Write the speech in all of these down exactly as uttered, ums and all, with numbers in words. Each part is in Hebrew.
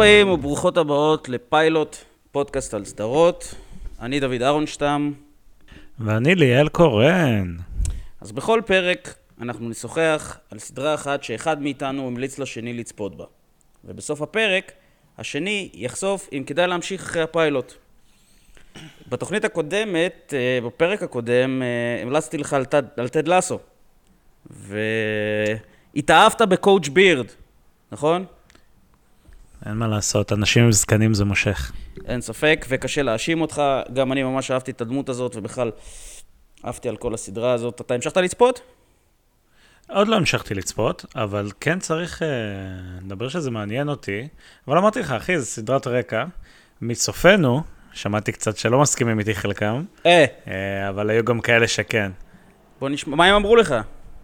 הבאים וברוכות הבאות לפיילוט, פודקאסט על סדרות. אני דוד אהרונשטם. ואני ליאל קורן. אז בכל פרק אנחנו נשוחח על סדרה אחת שאחד מאיתנו המליץ לשני לצפות בה. ובסוף הפרק, השני יחשוף אם כדאי להמשיך אחרי הפיילוט. בתוכנית הקודמת, בפרק הקודם, המלצתי לך על, תד, על טד לסו. והתאהבת בקואוץ' בירד, נכון? אין מה לעשות, אנשים וזקנים זה מושך. אין ספק, וקשה להאשים אותך. גם אני ממש אהבתי את הדמות הזאת, ובכלל אהבתי על כל הסדרה הזאת. אתה המשכת לצפות? עוד לא המשכתי לצפות, אבל כן צריך לדבר שזה מעניין אותי. אבל אמרתי לך, אחי, זו סדרת רקע. מצופנו, שמעתי קצת שלא מסכימים איתי חלקם, אה. אבל היו גם כאלה שכן. בוא נשמע, מה הם אמרו לך?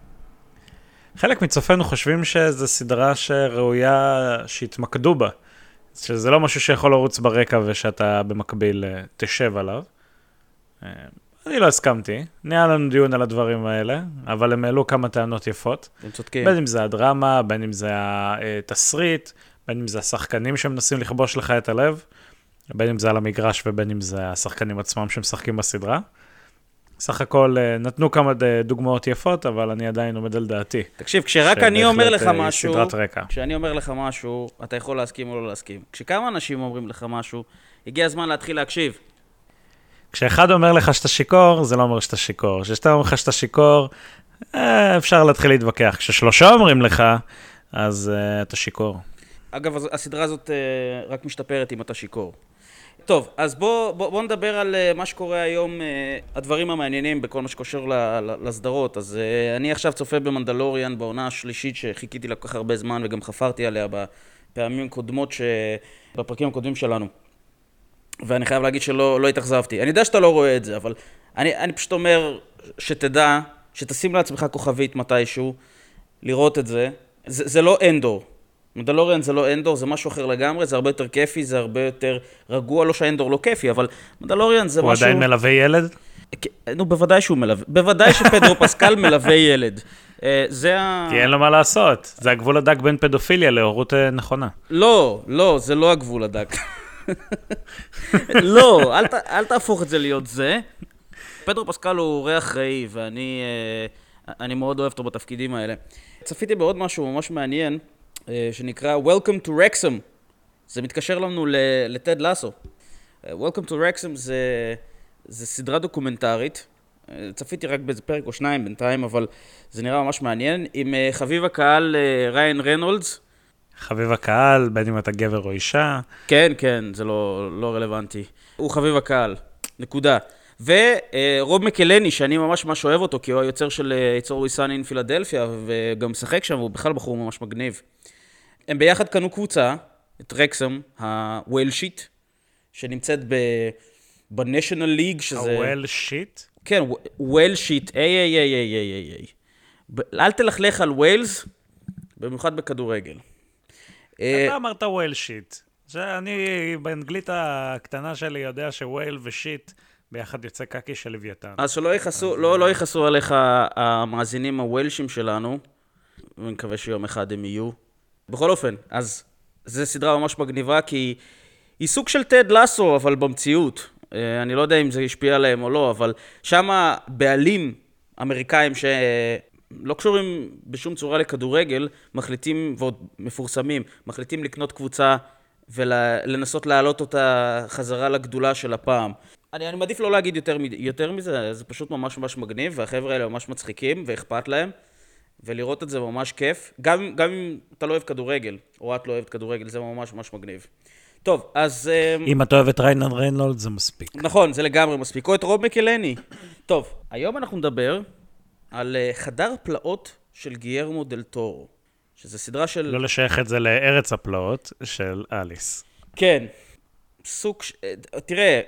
חלק מצופנו חושבים שזו סדרה שראויה שיתמקדו בה, שזה לא משהו שיכול לרוץ ברקע ושאתה במקביל תשב עליו. אני לא הסכמתי, נהיה לנו דיון על הדברים האלה, אבל הם העלו כמה טענות יפות. הם צודקים. בין אם זה הדרמה, בין אם זה התסריט, בין אם זה השחקנים שמנסים לכבוש לך את הלב, בין אם זה על המגרש ובין אם זה השחקנים עצמם שמשחקים בסדרה. סך הכל נתנו כמה דוגמאות יפות, אבל אני עדיין עומד על דעתי. תקשיב, כשרק אני אומר לך משהו, סדרת רקע. כשאני אומר לך משהו, אתה יכול להסכים או לא להסכים. כשכמה אנשים אומרים לך משהו, הגיע הזמן להתחיל להקשיב. כשאחד אומר לך שאתה שיקור, זה לא אומר שאתה שיקור. כשאתה אומר לך שאתה שיקור, אפשר להתחיל להתווכח. כששלושה אומרים לך, אז אתה שיקור. אגב, הסדרה הזאת רק משתפרת אם אתה שיקור. טוב, אז בוא, בוא, בוא נדבר על uh, מה שקורה היום, uh, הדברים המעניינים בכל מה שקושר ל, ל, לסדרות. אז uh, אני עכשיו צופה במנדלוריאן בעונה השלישית שחיכיתי לה כל כך הרבה זמן וגם חפרתי עליה בפעמים קודמות, ש... בפרקים הקודמים שלנו. ואני חייב להגיד שלא לא התאכזבתי. אני יודע שאתה לא רואה את זה, אבל אני, אני פשוט אומר שתדע, שתשים לעצמך כוכבית מתישהו, לראות את זה. זה, זה לא אנדור. מנדלוריאן זה לא אנדור, זה משהו אחר לגמרי, זה הרבה יותר כיפי, זה הרבה יותר רגוע, לא שהאנדור לא כיפי, אבל מנדלוריאן זה הוא משהו... הוא עדיין מלווה ילד? נו, בוודאי שהוא מלווה, בוודאי שפדרו פסקל מלווה ילד. זה ה... כי אין לו מה לעשות, זה הגבול הדק בין פדופיליה להורות נכונה. לא, לא, זה לא הגבול הדק. לא, אל, ת, אל תהפוך את זה להיות זה. פדרו פסקל הוא הורה אחראי, ואני אני מאוד אוהב אותו בתפקידים האלה. צפיתי בעוד משהו ממש מעניין, שנקרא Welcome to Wrexham. זה מתקשר לנו לטד לסו. Welcome to Wrexham זה, זה סדרה דוקומנטרית. צפיתי רק באיזה פרק או שניים בינתיים, אבל זה נראה ממש מעניין. עם חביב הקהל ריין רנולדס. חביב הקהל, בין אם אתה גבר או אישה. כן, כן, זה לא, לא רלוונטי. הוא חביב הקהל, נקודה. ורוב מקלני, שאני ממש ממש אוהב אותו, כי הוא היוצר של It's Always Sunny in Philadelphia, וגם משחק שם, והוא בכלל בחור ממש מגניב. הם ביחד קנו קבוצה, את רקסם, הווילשיט, שנמצאת בנשיונל ליג, שזה... הווילשיט? כן, ווילשיט, איי איי איי איי איי איי. אל תלכלך על ווילס, במיוחד בכדורגל. אתה אמרת ווילשיט. אני באנגלית הקטנה שלי יודע שוויל ושיט ביחד יוצא קקי של לוויתן. אז שלא יכעסו, לא, לא יכעסו עליך המאזינים הווילשים שלנו, ואני מקווה שיום אחד הם יהיו. בכל אופן, אז זו סדרה ממש מגניבה, כי היא סוג של טד לסו, אבל במציאות. אני לא יודע אם זה ישפיע עליהם או לא, אבל שם בעלים אמריקאים שלא קשורים בשום צורה לכדורגל, מחליטים, ועוד מפורסמים, מחליטים לקנות קבוצה ולנסות להעלות אותה חזרה לגדולה של הפעם. אני, אני מעדיף לא להגיד יותר, יותר מזה, זה פשוט ממש ממש מגניב, והחבר'ה האלה ממש מצחיקים ואכפת להם. ולראות את זה ממש כיף, גם, גם אם אתה לא אוהב כדורגל, או את לא אוהבת כדורגל, זה ממש ממש מגניב. טוב, אז... אם אתה אוהב את ריין רנולד, זה מספיק. נכון, זה לגמרי מספיק, או את רוב מקלני. טוב, היום אנחנו נדבר על חדר הפלאות של גיירמו דל טורו, שזה סדרה של... לא לשייך את זה לארץ הפלאות של אליס. כן, סוג... ש... תראה,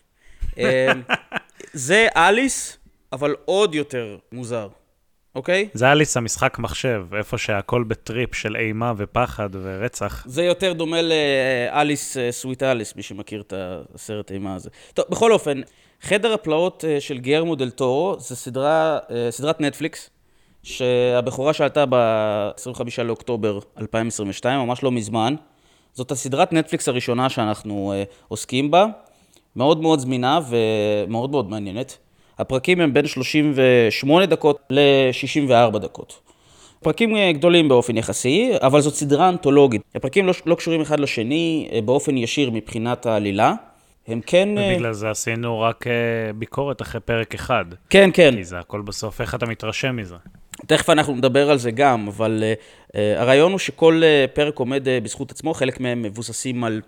זה אליס, אבל עוד יותר מוזר. אוקיי? זה אליס המשחק מחשב, איפה שהכל בטריפ של אימה ופחד ורצח. זה יותר דומה לאליס, סוויט אליס, מי שמכיר את הסרט האימה הזה. טוב, בכל אופן, חדר הפלאות של גיירמו דל טורו, זה סדרה, סדרת נטפליקס, שהבכורה שעלתה ב-עשרים וחמישה לאוקטובר אלפיים עשרים ושתיים, ממש לא מזמן. זאת הסדרת נטפליקס הראשונה שאנחנו uh, עוסקים בה, מאוד מאוד זמינה ומאוד מאוד מעניינת. הפרקים הם בין שלושים ושמונה דקות ל-שישים וארבע דקות. פרקים גדולים באופן יחסי, אבל זאת סדרה אנתולוגית. הפרקים לא, לא קשורים אחד לשני באופן ישיר מבחינת העלילה. הם כן... ובגלל זה עשינו רק ביקורת אחרי פרק אחד. כן, כן. כי זה הכל בסוף, איך אתה מתרשם מזה? תכף אנחנו נדבר על זה גם, אבל uh, הרעיון הוא שכל uh, פרק עומד uh, בזכות עצמו, חלק מהם מבוססים על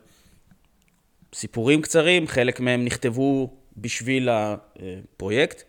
סיפורים קצרים, חלק מהם נכתבו בשביל הפרויקט,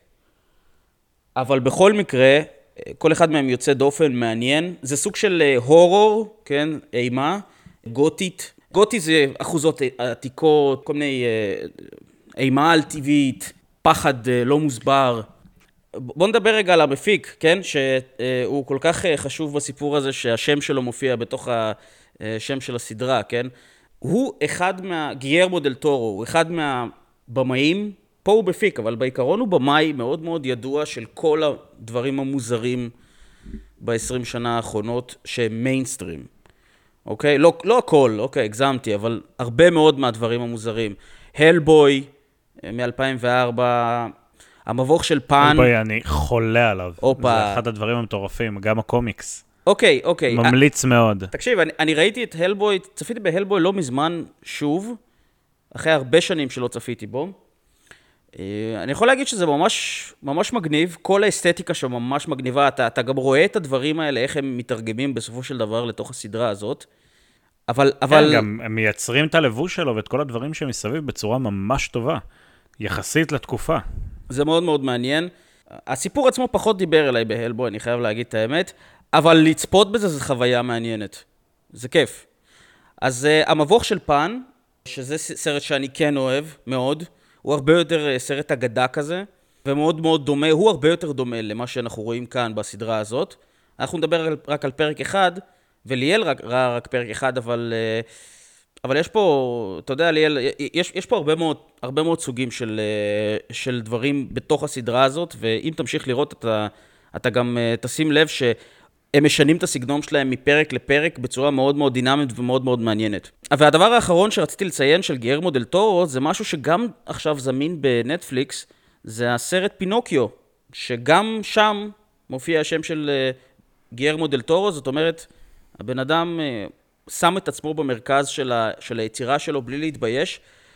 אבל בכל מקרה, כל אחד מהם יוצא דופן מעניין. זה סוג של הורור, כן, אימה, גותית. גותי זה אחוזות עתיקות, כל מיני אימה על טבעית, פחד לא מוסבר. בוא נדבר רגע על המפיק, כן, שהוא כל כך חשוב בסיפור הזה שהשם שלו מופיע בתוך השם של הסדרה, כן. הוא אחד מה... גיירמו דל טורו, הוא אחד מהבמאים, פה הוא בפיק, אבל בעיקרון הוא במאי מאוד מאוד ידוע של כל הדברים המוזרים ב-עשרים שנה האחרונות שהם מיינסטרים. אוקיי? לא, לא הכל, אוקיי, הגזמתי, אבל הרבה מאוד מהדברים המוזרים. הלבוי, מ-אלפיים וארבע, המבוך של פן. הלבוי, אני חולה עליו. אופה. זה אחד הדברים המטורפים, גם הקומיקס. אוקיי, אוקיי. ממליץ מאוד. תקשיב, אני, אני ראיתי את הלבוי, צפיתי בהלבוי לא מזמן שוב, אחרי הרבה שנים שלא צפיתי בו. אני יכול להגיד שזה ממש, ממש מגניב, כל האסתטיקה שם ממש מגניבה, אתה, אתה גם רואה את הדברים האלה, איך הם מתרגמים בסופו של דבר לתוך הסדרה הזאת. אבל, אבל... כן, גם הם מייצרים את הלבוש שלו ואת כל הדברים שמסביב בצורה ממש טובה, יחסית לתקופה. זה מאוד מאוד מעניין. הסיפור עצמו פחות דיבר אליי בהלבוי, אני חייב להגיד את האמת, אבל לצפות בזה זה חוויה מעניינת. זה כיף. אז uh, המבוך של פן, שזה סרט שאני כן אוהב מאוד, הוא הרבה יותר סרט אגדה כזה, ומאוד מאוד דומה, הוא הרבה יותר דומה למה שאנחנו רואים כאן בסדרה הזאת. אנחנו נדבר רק על פרק אחד, וליאל רק, ראה רק פרק אחד, אבל, אבל יש פה, אתה יודע, ליאל, יש, יש פה הרבה מאוד, הרבה מאוד סוגים של, של דברים בתוך הסדרה הזאת, ואם תמשיך לראות, אתה, אתה גם תשים לב ש... הם משנים את הסגנון שלהם מפרק לפרק בצורה מאוד מאוד דינמית ומאוד מאוד מעניינת. והדבר האחרון שרציתי לציין של גיירמו דל טורו, זה משהו שגם עכשיו זמין בנטפליקס, זה הסרט פינוקיו, שגם שם מופיע השם של גיירמו דל טורו, זאת אומרת, הבן אדם שם את עצמו במרכז של, ה, של היצירה שלו בלי להתבייש,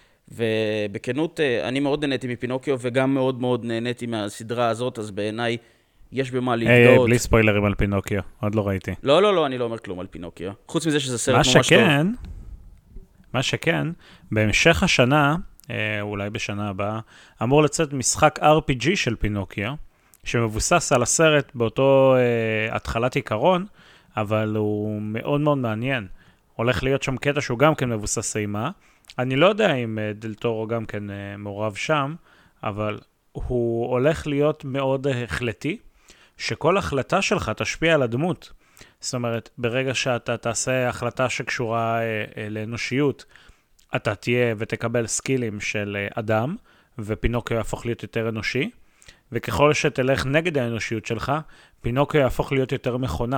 ובכנות אני מאוד נהניתי מפינוקיו, וגם מאוד מאוד נהניתי מהסדרה הזאת, אז בעיניי, יש במה להתגאות. היי, בלי ספוילרים על פינוקיו, עוד לא ראיתי. לא, לא, לא, אני לא אומר כלום על פינוקיו. חוץ מזה שזה סרט ממש שכן, טוב. מה שכן, בהמשך השנה, אולי בשנה הבאה, אמור לצאת משחק אר פי ג'י של פינוקיו, שמבוסס על הסרט באותו אה, התחלת עיקרון, אבל הוא מאוד מאוד מעניין. הולך להיות שם קטע שהוא גם כן מבוסס אימה. אני לא יודע אם אה, דל טורו גם כן אה, מעורב שם, אבל הוא הולך להיות מאוד החלטי, שכל החלטה שלך תשפיע על הדמות. זאת אומרת, ברגע שאתה תעשה החלטה שקשורה אה, אה, לאנושיות, אתה תהיה ותקבל סקילים של אה, אדם, ופינוקיו יהפוך להיות יותר אנושי, וככל שתלך נגד האנושיות שלך, פינוקיו יהפוך להיות יותר מכונה.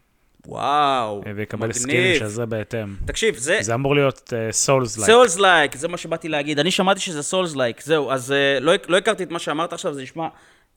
וואו, ויקבל מגניב. סקילים שזה בהתאם. תקשיב, זה... זה אמור להיות סולס-לייק. uh, סולס-לייק, זה מה שבאתי להגיד. אני שמעתי שזה סולס-לייק, זהו. אז uh, לא, לא הכרתי את מה שאמרת עכשיו, זה נשמע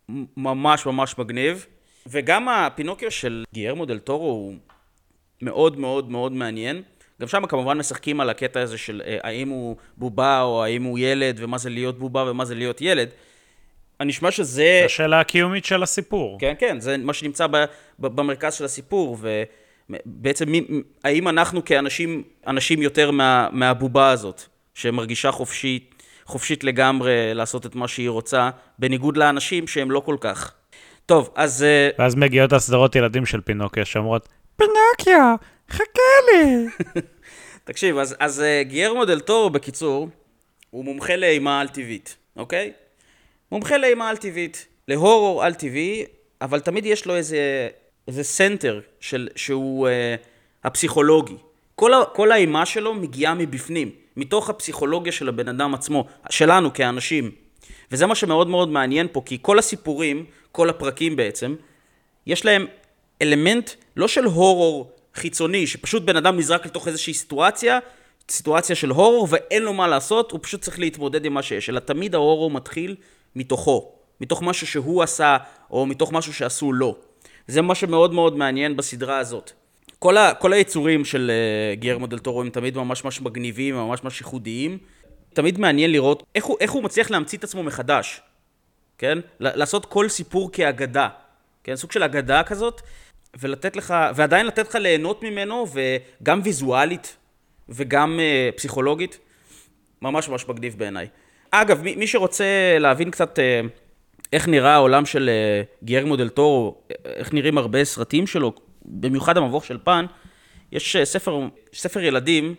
ממש ממש מגניב. וגם הפינוקיו של גיירמו דל טורו הוא מאוד מאוד מאוד מעניין. גם שם כמובן משחקים על הקטע הזה של uh, האם הוא בובה או האם הוא ילד, ומה זה להיות בובה ומה זה להיות ילד. אני נשמע שזה... השאלה הקיומית של הסיפור. כן, כן, זה מה שנמצא ב, ב, במרכז של הסיפור, ובעצם מי, האם אנחנו כאנשים, אנשים יותר מה, מהבובה הזאת, שמרגישה חופשית, חופשית לגמרי לעשות את מה שהיא רוצה, בניגוד לאנשים שהם לא כל כך. טוב, אז... ואז מגיעות הסדרות ילדים של פינוקיו, שאומרות, פינוקיו, חכה לי. תקשיב, אז, אז גיירמו דל טורו, בקיצור, הוא מומחה לאימה על טבעית, אוקיי? מומחה לאימה על טבעית, להורור על טבעי, אבל תמיד יש לו איזה, איזה סנטר של, שהוא אה, הפסיכולוגי. כל, ה, כל האימה שלו מגיעה מבפנים, מתוך הפסיכולוגיה של הבן אדם עצמו, שלנו כאנשים. וזה מה שמאוד מאוד מעניין פה, כי כל הסיפורים, כל הפרקים בעצם, יש להם אלמנט לא של הורור חיצוני, שפשוט בן אדם נזרק לתוך איזושהי סיטואציה, סיטואציה של הורור, ואין לו מה לעשות, הוא פשוט צריך להתמודד עם מה שיש, אלא תמיד ההורור מתחיל מתוכו, מתוך משהו שהוא עשה, או מתוך משהו שעשו לו. זה מה שמאוד מאוד מעניין בסדרה הזאת. כל, ה, כל היצורים של uh, גיירמו דל טורו הם תמיד ממש ממש מגניבים, ממש ממש ייחודיים. תמיד מעניין לראות איך הוא, איך הוא מצליח להמציא את עצמו מחדש, כן? לעשות כל סיפור כאגדה, כן? סוג של אגדה כזאת, ולתת לך, ועדיין לתת לך ליהנות ממנו, וגם ויזואלית, וגם uh, פסיכולוגית, ממש ממש מגניב בעיניי. אגב, מי, מי שרוצה להבין קצת uh, איך נראה העולם של uh, גיירמו דל טורו, איך נראים הרבה סרטים שלו, במיוחד המבוך של פן, יש uh, ספר, ספר ילדים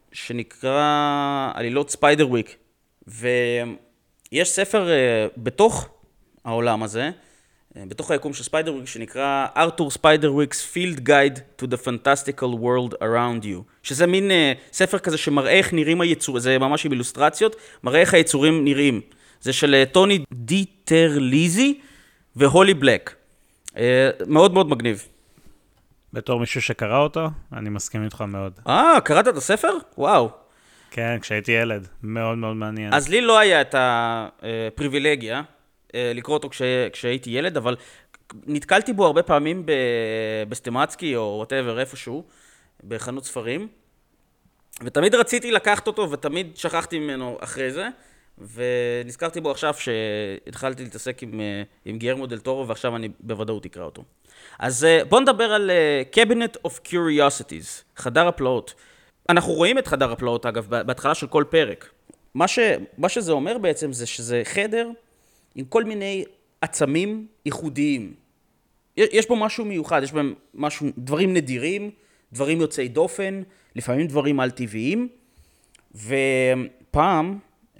שנקרא עלילות ספיידר וויק, ויש ספר uh, בתוך העולם הזה, בתוך היקום של ספיידר וויק, שנקרא ארתור ספיידר וויקס Field Guide to the Fantastical World Around You, שזה מין uh, ספר כזה שמראה איך נראים היצורים, זה ממש עם אילוסטרציות, מראה איך היצורים נראים. זה של uh, טוני דיטרליזי והולי בלק. Uh, מאוד מאוד מגניב. בתור מישהו שקרא אותו, אני מסכים איתך מאוד. אה, קראת את הספר? וואו. כן, כשהייתי ילד, מאוד מאוד מעניין. אז לי לא היה את הפריבילגיה, לקרוא אותו כש, כשהייתי ילד, אבל נתקלתי בו הרבה פעמים בסטימצקי או whatever איפשהו, בחנות ספרים, ותמיד רציתי לקחת אותו ותמיד שכחתי ממנו אחרי זה, ונזכרתי בו עכשיו שהתחלתי להתעסק עם, עם גיירמו דל טורו, ועכשיו אני בוודאות אקרא אותו. אז בואו נדבר על Cabinet of Curiosities, חדר הפלאות. אנחנו רואים את חדר הפלאות, אגב, בהתחלה של כל פרק. מה, ש, מה שזה אומר בעצם זה שזה חדר עם כל מיני עצמים ייחודיים. יש בו משהו מיוחד, יש בהם משהו, דברים נדירים, דברים יוצאי דופן, לפעמים דברים על-טבעיים, ופעם,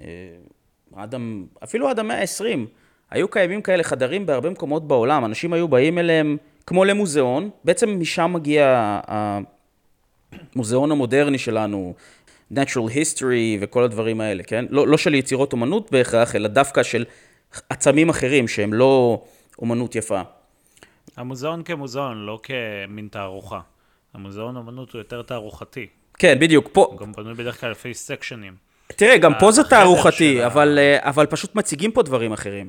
אדם, אפילו עד המאה ה-עשרים, היו קיימים כאלה חדרים בהרבה מקומות בעולם, אנשים היו באים אליהם כמו למוזיאון, בעצם משם מגיע המוזיאון המודרני שלנו, Natural History וכל הדברים האלה, כן? לא, לא של יצירות אומנות בהכרח, אלא דווקא של עצמים אחרים שהם לא אומנות יפה. המוזיאון כמוזיאון, לא כמין תערוכה. המוזיאון אומנות הוא יותר תערוכתי. כן, בדיוק. פה... הוא גם בנוי בדרך כלל לפי סקשנים. תראה, גם פה זה תערוכתי, אבל, אבל פשוט מציגים פה דברים אחרים.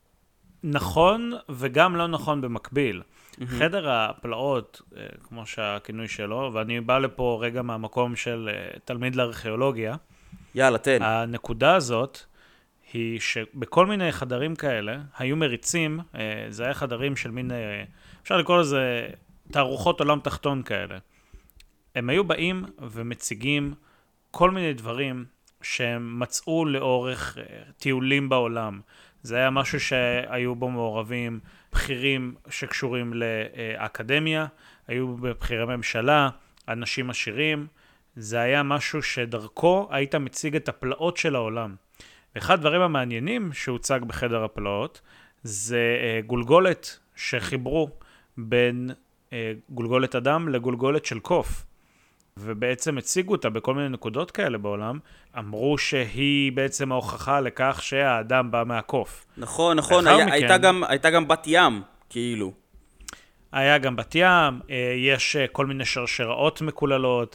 נכון, וגם לא נכון במקביל. Mm-hmm. חדר הפלאות, כמו שהכינוי שלו, ואני בא לפה רגע מהמקום של תלמיד לארכיאולוגיה. יאללה, תן. הנקודה הזאת היא שבכל מיני חדרים כאלה היו מריצים, זה היה חדרים של מין, אפשר לקרוא לזה תערוכות עולם תחתון כאלה. הם היו באים ומציגים כל מיני דברים שהם מצאו לאורך טיולים בעולם. זה היה משהו שהיו בו מעורבים בכירים שקשורים לאקדמיה, היו בכירי ממשלה, אנשים עשירים. זה היה משהו שדרכו היית מציג את הפלאות של העולם. ואחד הדברים המעניינים שהוצג בחדר הפלאות זה גולגולת שחיברו בין גולגולת אדם לגולגולת של קוף. ובעצם הציגו אותה בכל מיני נקודות כאלה בעולם, אמרו שהיא בעצם ההוכחה לכך שהאדם בא מהקוף. נכון, נכון, היה, מכן, הייתה, גם, הייתה גם בת ים, כאילו. היה גם בת ים, יש כל מיני שרשראות מקוללות,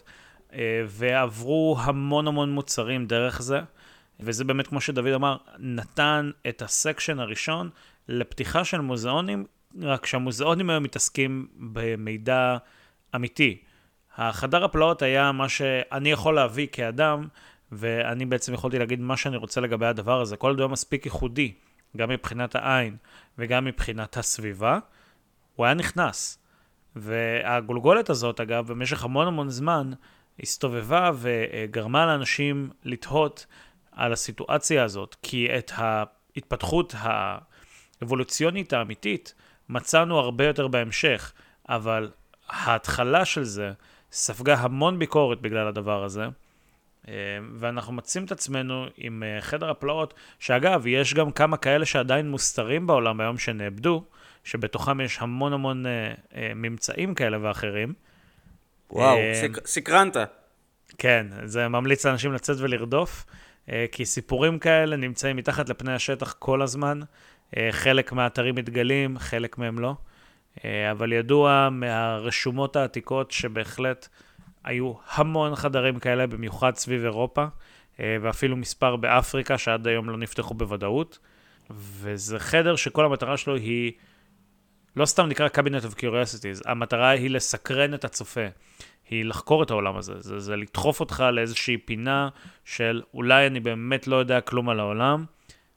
ועברו המון המון מוצרים דרך זה, וזה באמת, כמו שדוד אמר, נתן את הסקשן הראשון לפתיחה של מוזיאונים, רק שהמוזיאונים היום מתעסקים במידע אמיתי. החדר הפלאות היה מה שאני יכול להביא כאדם, ואני בעצם יכולתי להגיד מה שאני רוצה לגבי הדבר הזה. כל דבר מספיק ייחודי, גם מבחינת העין וגם מבחינת הסביבה, הוא היה נכנס. והגולגולת הזאת, אגב, במשך המון המון זמן, הסתובבה וגרמה לאנשים לתהות על הסיטואציה הזאת, כי את ההתפתחות האבולוציונית האמיתית מצאנו הרבה יותר בהמשך, אבל ההתחלה של זה ספגה המון ביקורת בגלל הדבר הזה, ואנחנו מצאים את עצמנו עם חדר הפלאות, שאגב, יש גם כמה כאלה שעדיין מוסתרים בעולם היום שנאבדו, שבתוכם יש המון המון ממצאים כאלה ואחרים. וואו, סקרנת. כן, זה ממליץ לאנשים לצאת ולרדוף, כי סיפורים כאלה נמצאים מתחת לפני השטח כל הזמן, חלק מהאתרים מתגלים, חלק מהם לא. אבל ידוע מהרשומות העתיקות שבהחלט היו המון חדרים כאלה, במיוחד סביב אירופה, ואפילו מספר באפריקה שעד היום לא נפתחו בוודאות. וזה חדר שכל המטרה שלו היא, לא סתם נקרא Cabinet of Curiosities, המטרה היא לסקרן את הצופה, היא לחקור את העולם הזה, זה, זה לדחוף אותך לאיזושהי פינה של אולי אני באמת לא יודע כלום על העולם,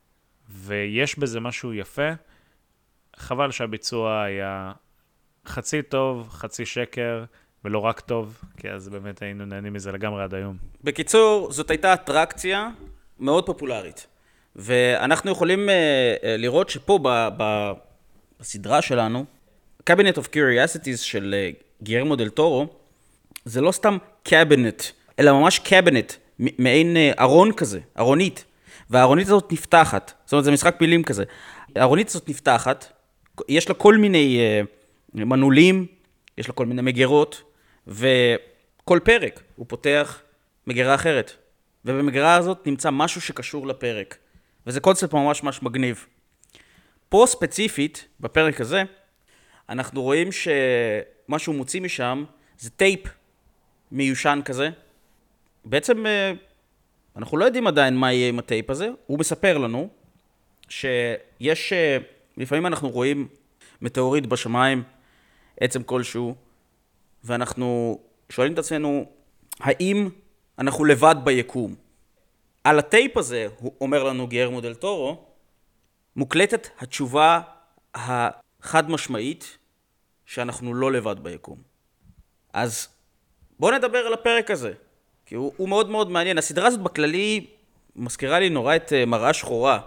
ויש בזה משהו יפה. חבל שהביצוע היה חצי טוב, חצי שקר, ולא רק טוב, כי אז באמת היינו נהנים מזה לגמרי עד היום. בקיצור, זאת הייתה אטרקציה מאוד פופולרית. ואנחנו יכולים uh, uh, לראות שפה ב, ב, בסדרה שלנו, Cabinet of Curiosities של uh, גיירמו דל טורו, זה לא סתם קאבינט, אלא ממש קאבינט, מעין uh, ארון כזה, ארונית. והארונית הזאת נפתחת, זאת אומרת זה משחק מילים כזה. הארונית הזאת נפתחת, יש לה כל מיני uh, מנעולים, יש לה כל מיני מגירות, וכל פרק הוא פותח מגירה אחרת. ובמגירה הזאת נמצא משהו שקשור לפרק. וזה קונספט ממש ממש מגניב. פה ספציפית, בפרק הזה, אנחנו רואים שמה שהוא מוציא משם זה טייפ מיושן כזה. בעצם אנחנו לא יודעים עדיין מה יהיה עם הטייפ הזה. הוא מספר לנו שיש, לפעמים אנחנו רואים מטאוריט בשמיים, עצם כלשהו, ואנחנו שואלים את עצמנו, האם אנחנו לבד ביקום? על הטייפ הזה, הוא אומר לנו גיירמו דל טורו, מוקלטת התשובה החד משמעית שאנחנו לא לבד ביקום. אז בואו נדבר על הפרק הזה, כי הוא, הוא מאוד מאוד מעניין. הסדרה הזאת בכללי מזכירה לי נורא את מראה שחורה.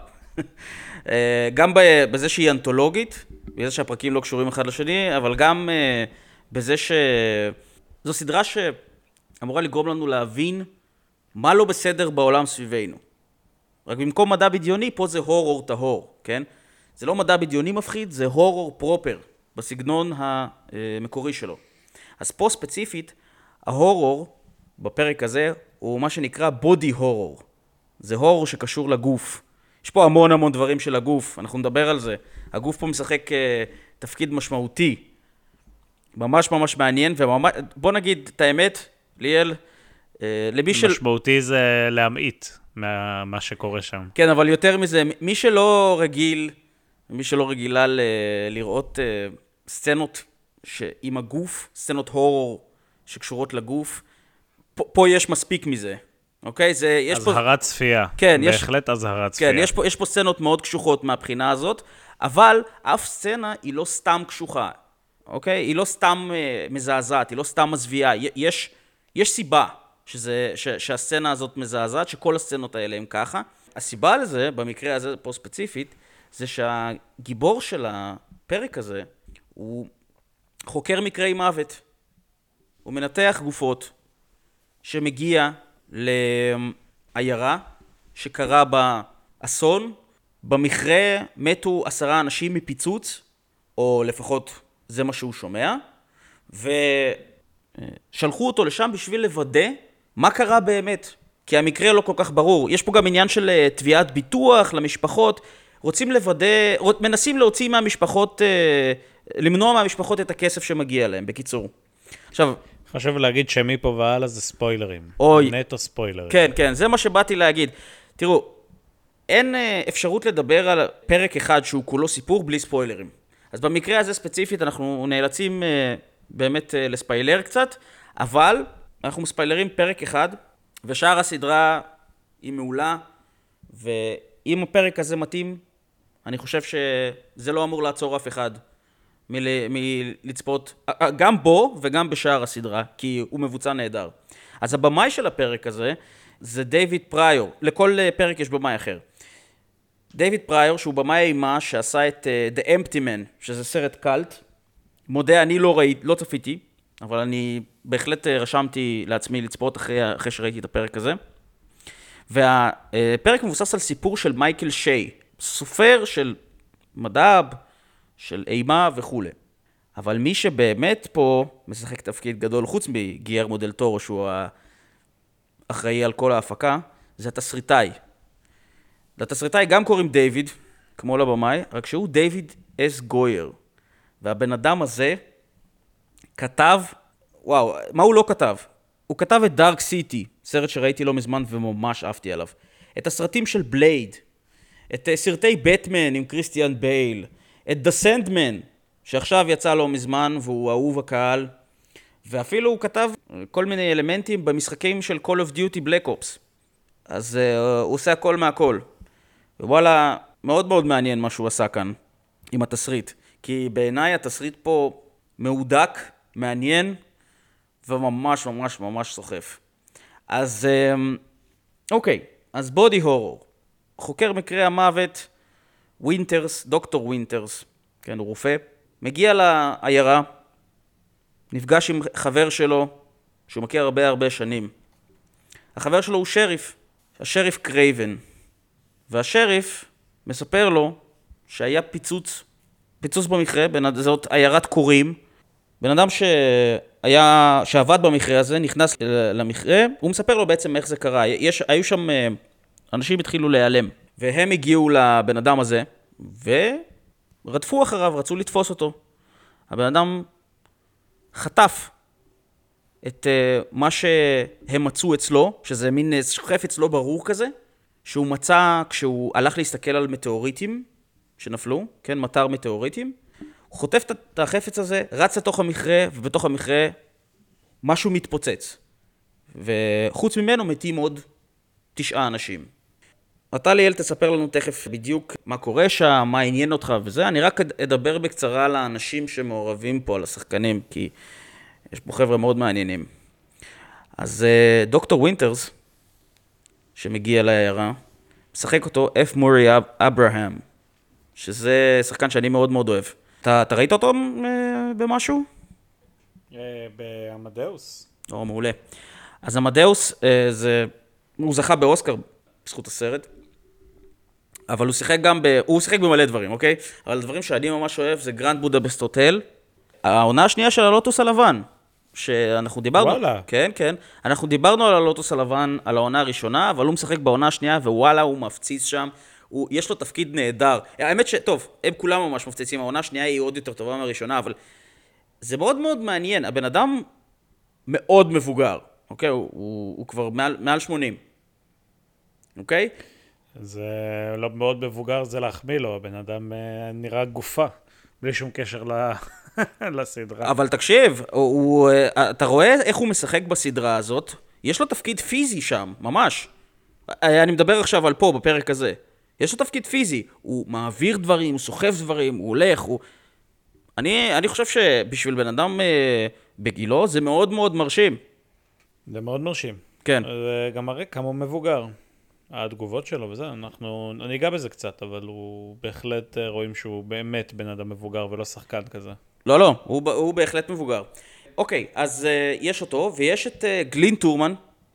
גם בזה שהיא אנתולוגית, בזה שהפרקים לא קשורים אחד לשני, אבל גם בזה ש... זו סדרה שאמורה לגרום לנו להבין מה לא בסדר בעולם סביבנו. רק במקום מדע בדיוני, פה זה הורור טהור, כן? זה לא מדע בדיוני מפחיד, זה הורור פרופר, בסגנון המקורי שלו. אז פה ספציפית, ההורור בפרק הזה הוא מה שנקרא בודי הורור. זה הורור שקשור לגוף. יש פה המון המון דברים של הגוף, אנחנו נדבר על זה. הגוף פה משחק תפקיד משמעותי, ממש ממש מעניין, וממש... בוא נגיד את האמת, ליאל, למי של... משמעותי זה להמעיט מה שקורה שם. כן, אבל יותר מזה, מי שלא רגיל, מי שלא רגילה ל... לראות סצנות ש... עם הגוף, סצנות הורור שקשורות לגוף, פה, פה יש מספיק מזה. אוקיי? זה, יש הזהרת פה... צפייה. כן, בהחלט יש... הזהרת צפייה. כן, יש פה, יש פה סצנות מאוד קשוחות מהבחינה הזאת, אבל אף סצנה היא לא סתם קשוחה. אוקיי? היא לא סתם uh, מזעזעת, היא לא סתם מזוויעה. יש, יש סיבה שזה, ש, שהסצנה הזאת מזעזעת, שכל הסצנות האלה הם ככה. הסיבה לזה, במקרה הזה פה ספציפית, זה שהגיבור של הפרק הזה הוא חוקר מקרי מוות. הוא מנתח גופות שמגיע לעיירה שקרה בה אסון. במכרה מתו עשרה אנשים מפיצוץ, או לפחות זה מה שהוא שומע, ושלחו אותו לשם בשביל לוודא מה קרה באמת, כי המקרה לא כל כך ברור. יש פה גם עניין של תביעת ביטוח למשפחות, רוצים לוודא, מנסים להוציא מהמשפחות, למנוע מהמשפחות את הכסף שמגיע להם, בקיצור. עכשיו, חשוב להגיד שמפה והלאה זה ספוילרים. אוי, נטו ספוילרים. כן, כן, זה מה שבאתי להגיד. תראו, אין אפשרות לדבר על פרק אחד שהוא כולו סיפור בלי ספוילרים. אז במקרה הזה ספציפית אנחנו נאלצים באמת לספיילר קצת, אבל אנחנו מספיילרים פרק אחד, ושאר הסדרה היא מעולה, ואם הפרק הזה מתאים, אני חושב שזה לא אמור לעצור אף אחד מלצפות, גם בו וגם בשאר הסדרה, כי הוא מבוצע נהדר. אז הבמאי של הפרק הזה זה דיוויד פריור, לכל פרק יש במאי אחר. דיוויד פריור, שהוא במאי אימה שעשה את uh, The Empty Man, שזה סרט קלט. מודה, אני לא ראיתי, לא צפיתי, אבל אני בהחלט uh, רשמתי לעצמי לצפות אחרי, אחרי שראיתי את הפרק הזה. והפרק מבוסס על סיפור של מייקל שיי, סופר של מדע, של אימה וכו'. אבל מי שבאמת פה משחק תפקיד גדול, חוץ מגיירמו דל טורו, שהוא האחראי על כל ההפקה, זה התסריטאי. לתסריטאי גם קוראים דיוויד, כמו לבמאי, רק שהוא דיוויד אס גויר. והבן אדם הזה כתב, וואו, מה הוא לא כתב? הוא כתב את דארק סיטי, סרט שראיתי לא מזמן וממש אהבתי עליו. את הסרטים של בלייד, את סרטי בטמן עם קריסטיאן בייל, את The Sandman, שעכשיו יצא לא מזמן והוא אהוב הקהל, ואפילו הוא כתב כל מיני אלמנטים במשחקים של Call of Duty Black Ops. אז uh, הוא עושה הכל מהכל. ווואלה, מאוד מאוד מעניין מה שהוא עשה כאן עם התסריט. כי בעיניי התסריט פה מהודק, מעניין, וממש ממש ממש סוחף. אז אוקיי, אז בודי הורור. חוקר מקרה המוות, ווינטרס, דוקטור ווינטרס, כן, הוא רופא, מגיע לעיירה, נפגש עם חבר שלו, שהוא מכיר הרבה הרבה שנים. החבר שלו הוא שריף, השריף קרייבן. והשריף מספר לו שהיה פיצוץ, פיצוץ במכרה, זאת עיירת קורים. בן אדם שהיה, שעבד במכרה הזה, נכנס למכרה, הוא מספר לו בעצם איך זה קרה. יש, היו שם, אנשים התחילו להיעלם, והם הגיעו לבן אדם הזה, ורדפו אחריו, רצו לתפוס אותו. הבן אדם חטף את מה שהם מצאו אצלו, שזה מין חפץ לא ברור כזה, שהוא מצא כשהוא הלך להסתכל על מטאוריטים שנפלו, כן, מטר מטאוריטים. הוא חוטף את החפץ הזה, רץ לתוך המכרה, ובתוך המכרה משהו מתפוצץ. וחוץ ממנו מתים עוד תשעה אנשים. אתה ליאל תספר לנו תכף בדיוק מה קורה שם, מה עניין אותך וזה. אני רק אדבר בקצרה על האנשים שמעורבים פה, על השחקנים, כי יש פה חבר'ה מאוד מעניינים. אז דוקטור ווינטרס, שמגיע לעיירה, משחק אותו אף מורי אברהם, שזה שחקן שאני מאוד מאוד אוהב. אתה, אתה ראית אותו במשהו? באמדאוס. או, מעולה. אז אמדאוס, זה, הוא זכה באוסקר בזכות הסרט, אבל הוא שיחק גם ב... הוא שיחק במלא דברים, אוקיי? אבל הדברים שאני ממש אוהב זה גרנד בודפסט הוטל, העונה השנייה של הלוטוס הלבן, שאנחנו דיברנו... וואלה. כן, כן. אנחנו דיברנו על הלוטוס הלבן, על העונה הראשונה, אבל הוא משחק בעונה השנייה, ווואלה, הוא מפציץ שם. הוא, יש לו תפקיד נהדר. האמת שטוב, הם כולם ממש מפציצים, העונה השנייה היא עוד יותר טובה מהראשונה, אבל זה מאוד מאוד מעניין. הבן אדם מאוד מבוגר, אוקיי? הוא, הוא, הוא כבר מעל, מעל שמונים, אוקיי? זה לא מאוד מבוגר, זה להחמיא לו. הבן אדם נראה גופה, בלי שום קשר ל... לסדרה. אבל תקשיב, הוא, הוא, אתה רואה איך הוא משחק בסדרה הזאת? יש לו תפקיד פיזי שם, ממש. אני מדבר עכשיו על פה, בפרק הזה. יש לו תפקיד פיזי, הוא מעביר דברים, הוא סוחף דברים, הוא הולך, הוא... אני, אני חושב שבשביל בן אדם אה, בגילו זה מאוד מאוד מרשים. זה מאוד מרשים. כן. זה גם מראה כמה הוא מבוגר. התגובות שלו וזה, אנחנו... אני אגע בזה קצת, אבל הוא בהחלט רואים שהוא באמת בן אדם מבוגר ולא שחקן כזה. לא, לא, הוא, הוא בהחלט מבוגר. אוקיי, אז אה, יש אותו, ויש את אה, גלין טורמן,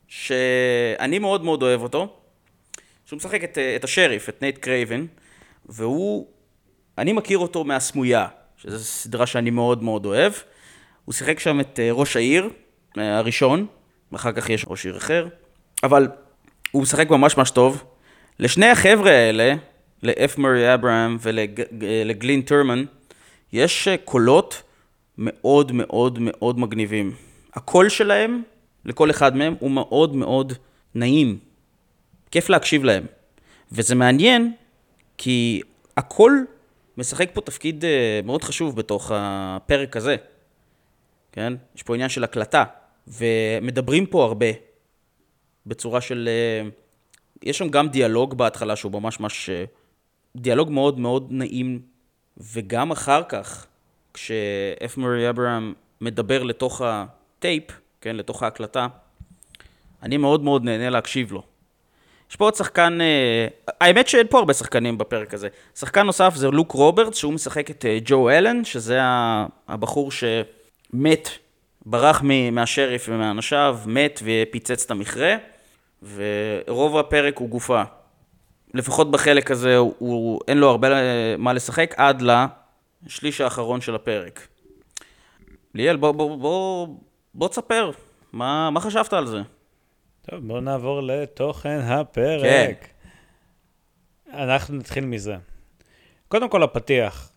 שאני מאוד מאוד אוהב אותו. שהוא משחק את, את השריף, את נייט קרייבן, והוא, אני מכיר אותו מהסמויה, שזו סדרה שאני מאוד מאוד אוהב. הוא שיחק שם את ראש העיר הראשון, ואחר כך יש ראש עיר אחר, אבל הוא משחק ממש ממש טוב. לשני החבר'ה האלה, לאף מורי אברהם ולגלין טורמן, יש קולות מאוד מאוד מאוד מגניבים. הקול שלהם, לכל אחד מהם, הוא מאוד מאוד נעים. כיף להקשיב להם. וזה מעניין, כי הכל משחק פה תפקיד מאוד חשוב בתוך הפרק הזה. כן? יש פה עניין של הקלטה, ומדברים פה הרבה, בצורה של... יש שם גם דיאלוג בהתחלה, שהוא ממש ממש... דיאלוג מאוד מאוד נעים, וגם אחר כך, כשאף מורי אברהם מדבר לתוך הטייפ, כן? לתוך ההקלטה, אני מאוד מאוד נהנה להקשיב לו. יש פה עוד שחקן, האמת שאין פה הרבה שחקנים בפרק הזה. שחקן נוסף זה לוק רוברטס, שהוא משחק את ג'ו אלן, שזה הבחור שמת, ברח מהשריף ומהאנשיו, מת ופיצץ את המכרה, ורוב הפרק הוא גופה. לפחות בחלק הזה הוא, הוא, אין לו הרבה מה לשחק עד לשליש האחרון של הפרק. ליאל, בוא, בוא, בוא, בוא תספר, מה, מה חשבת על זה? טוב, בואו נעבור לתוכן הפרק. כן. אנחנו נתחיל מזה. קודם כל הפתיח.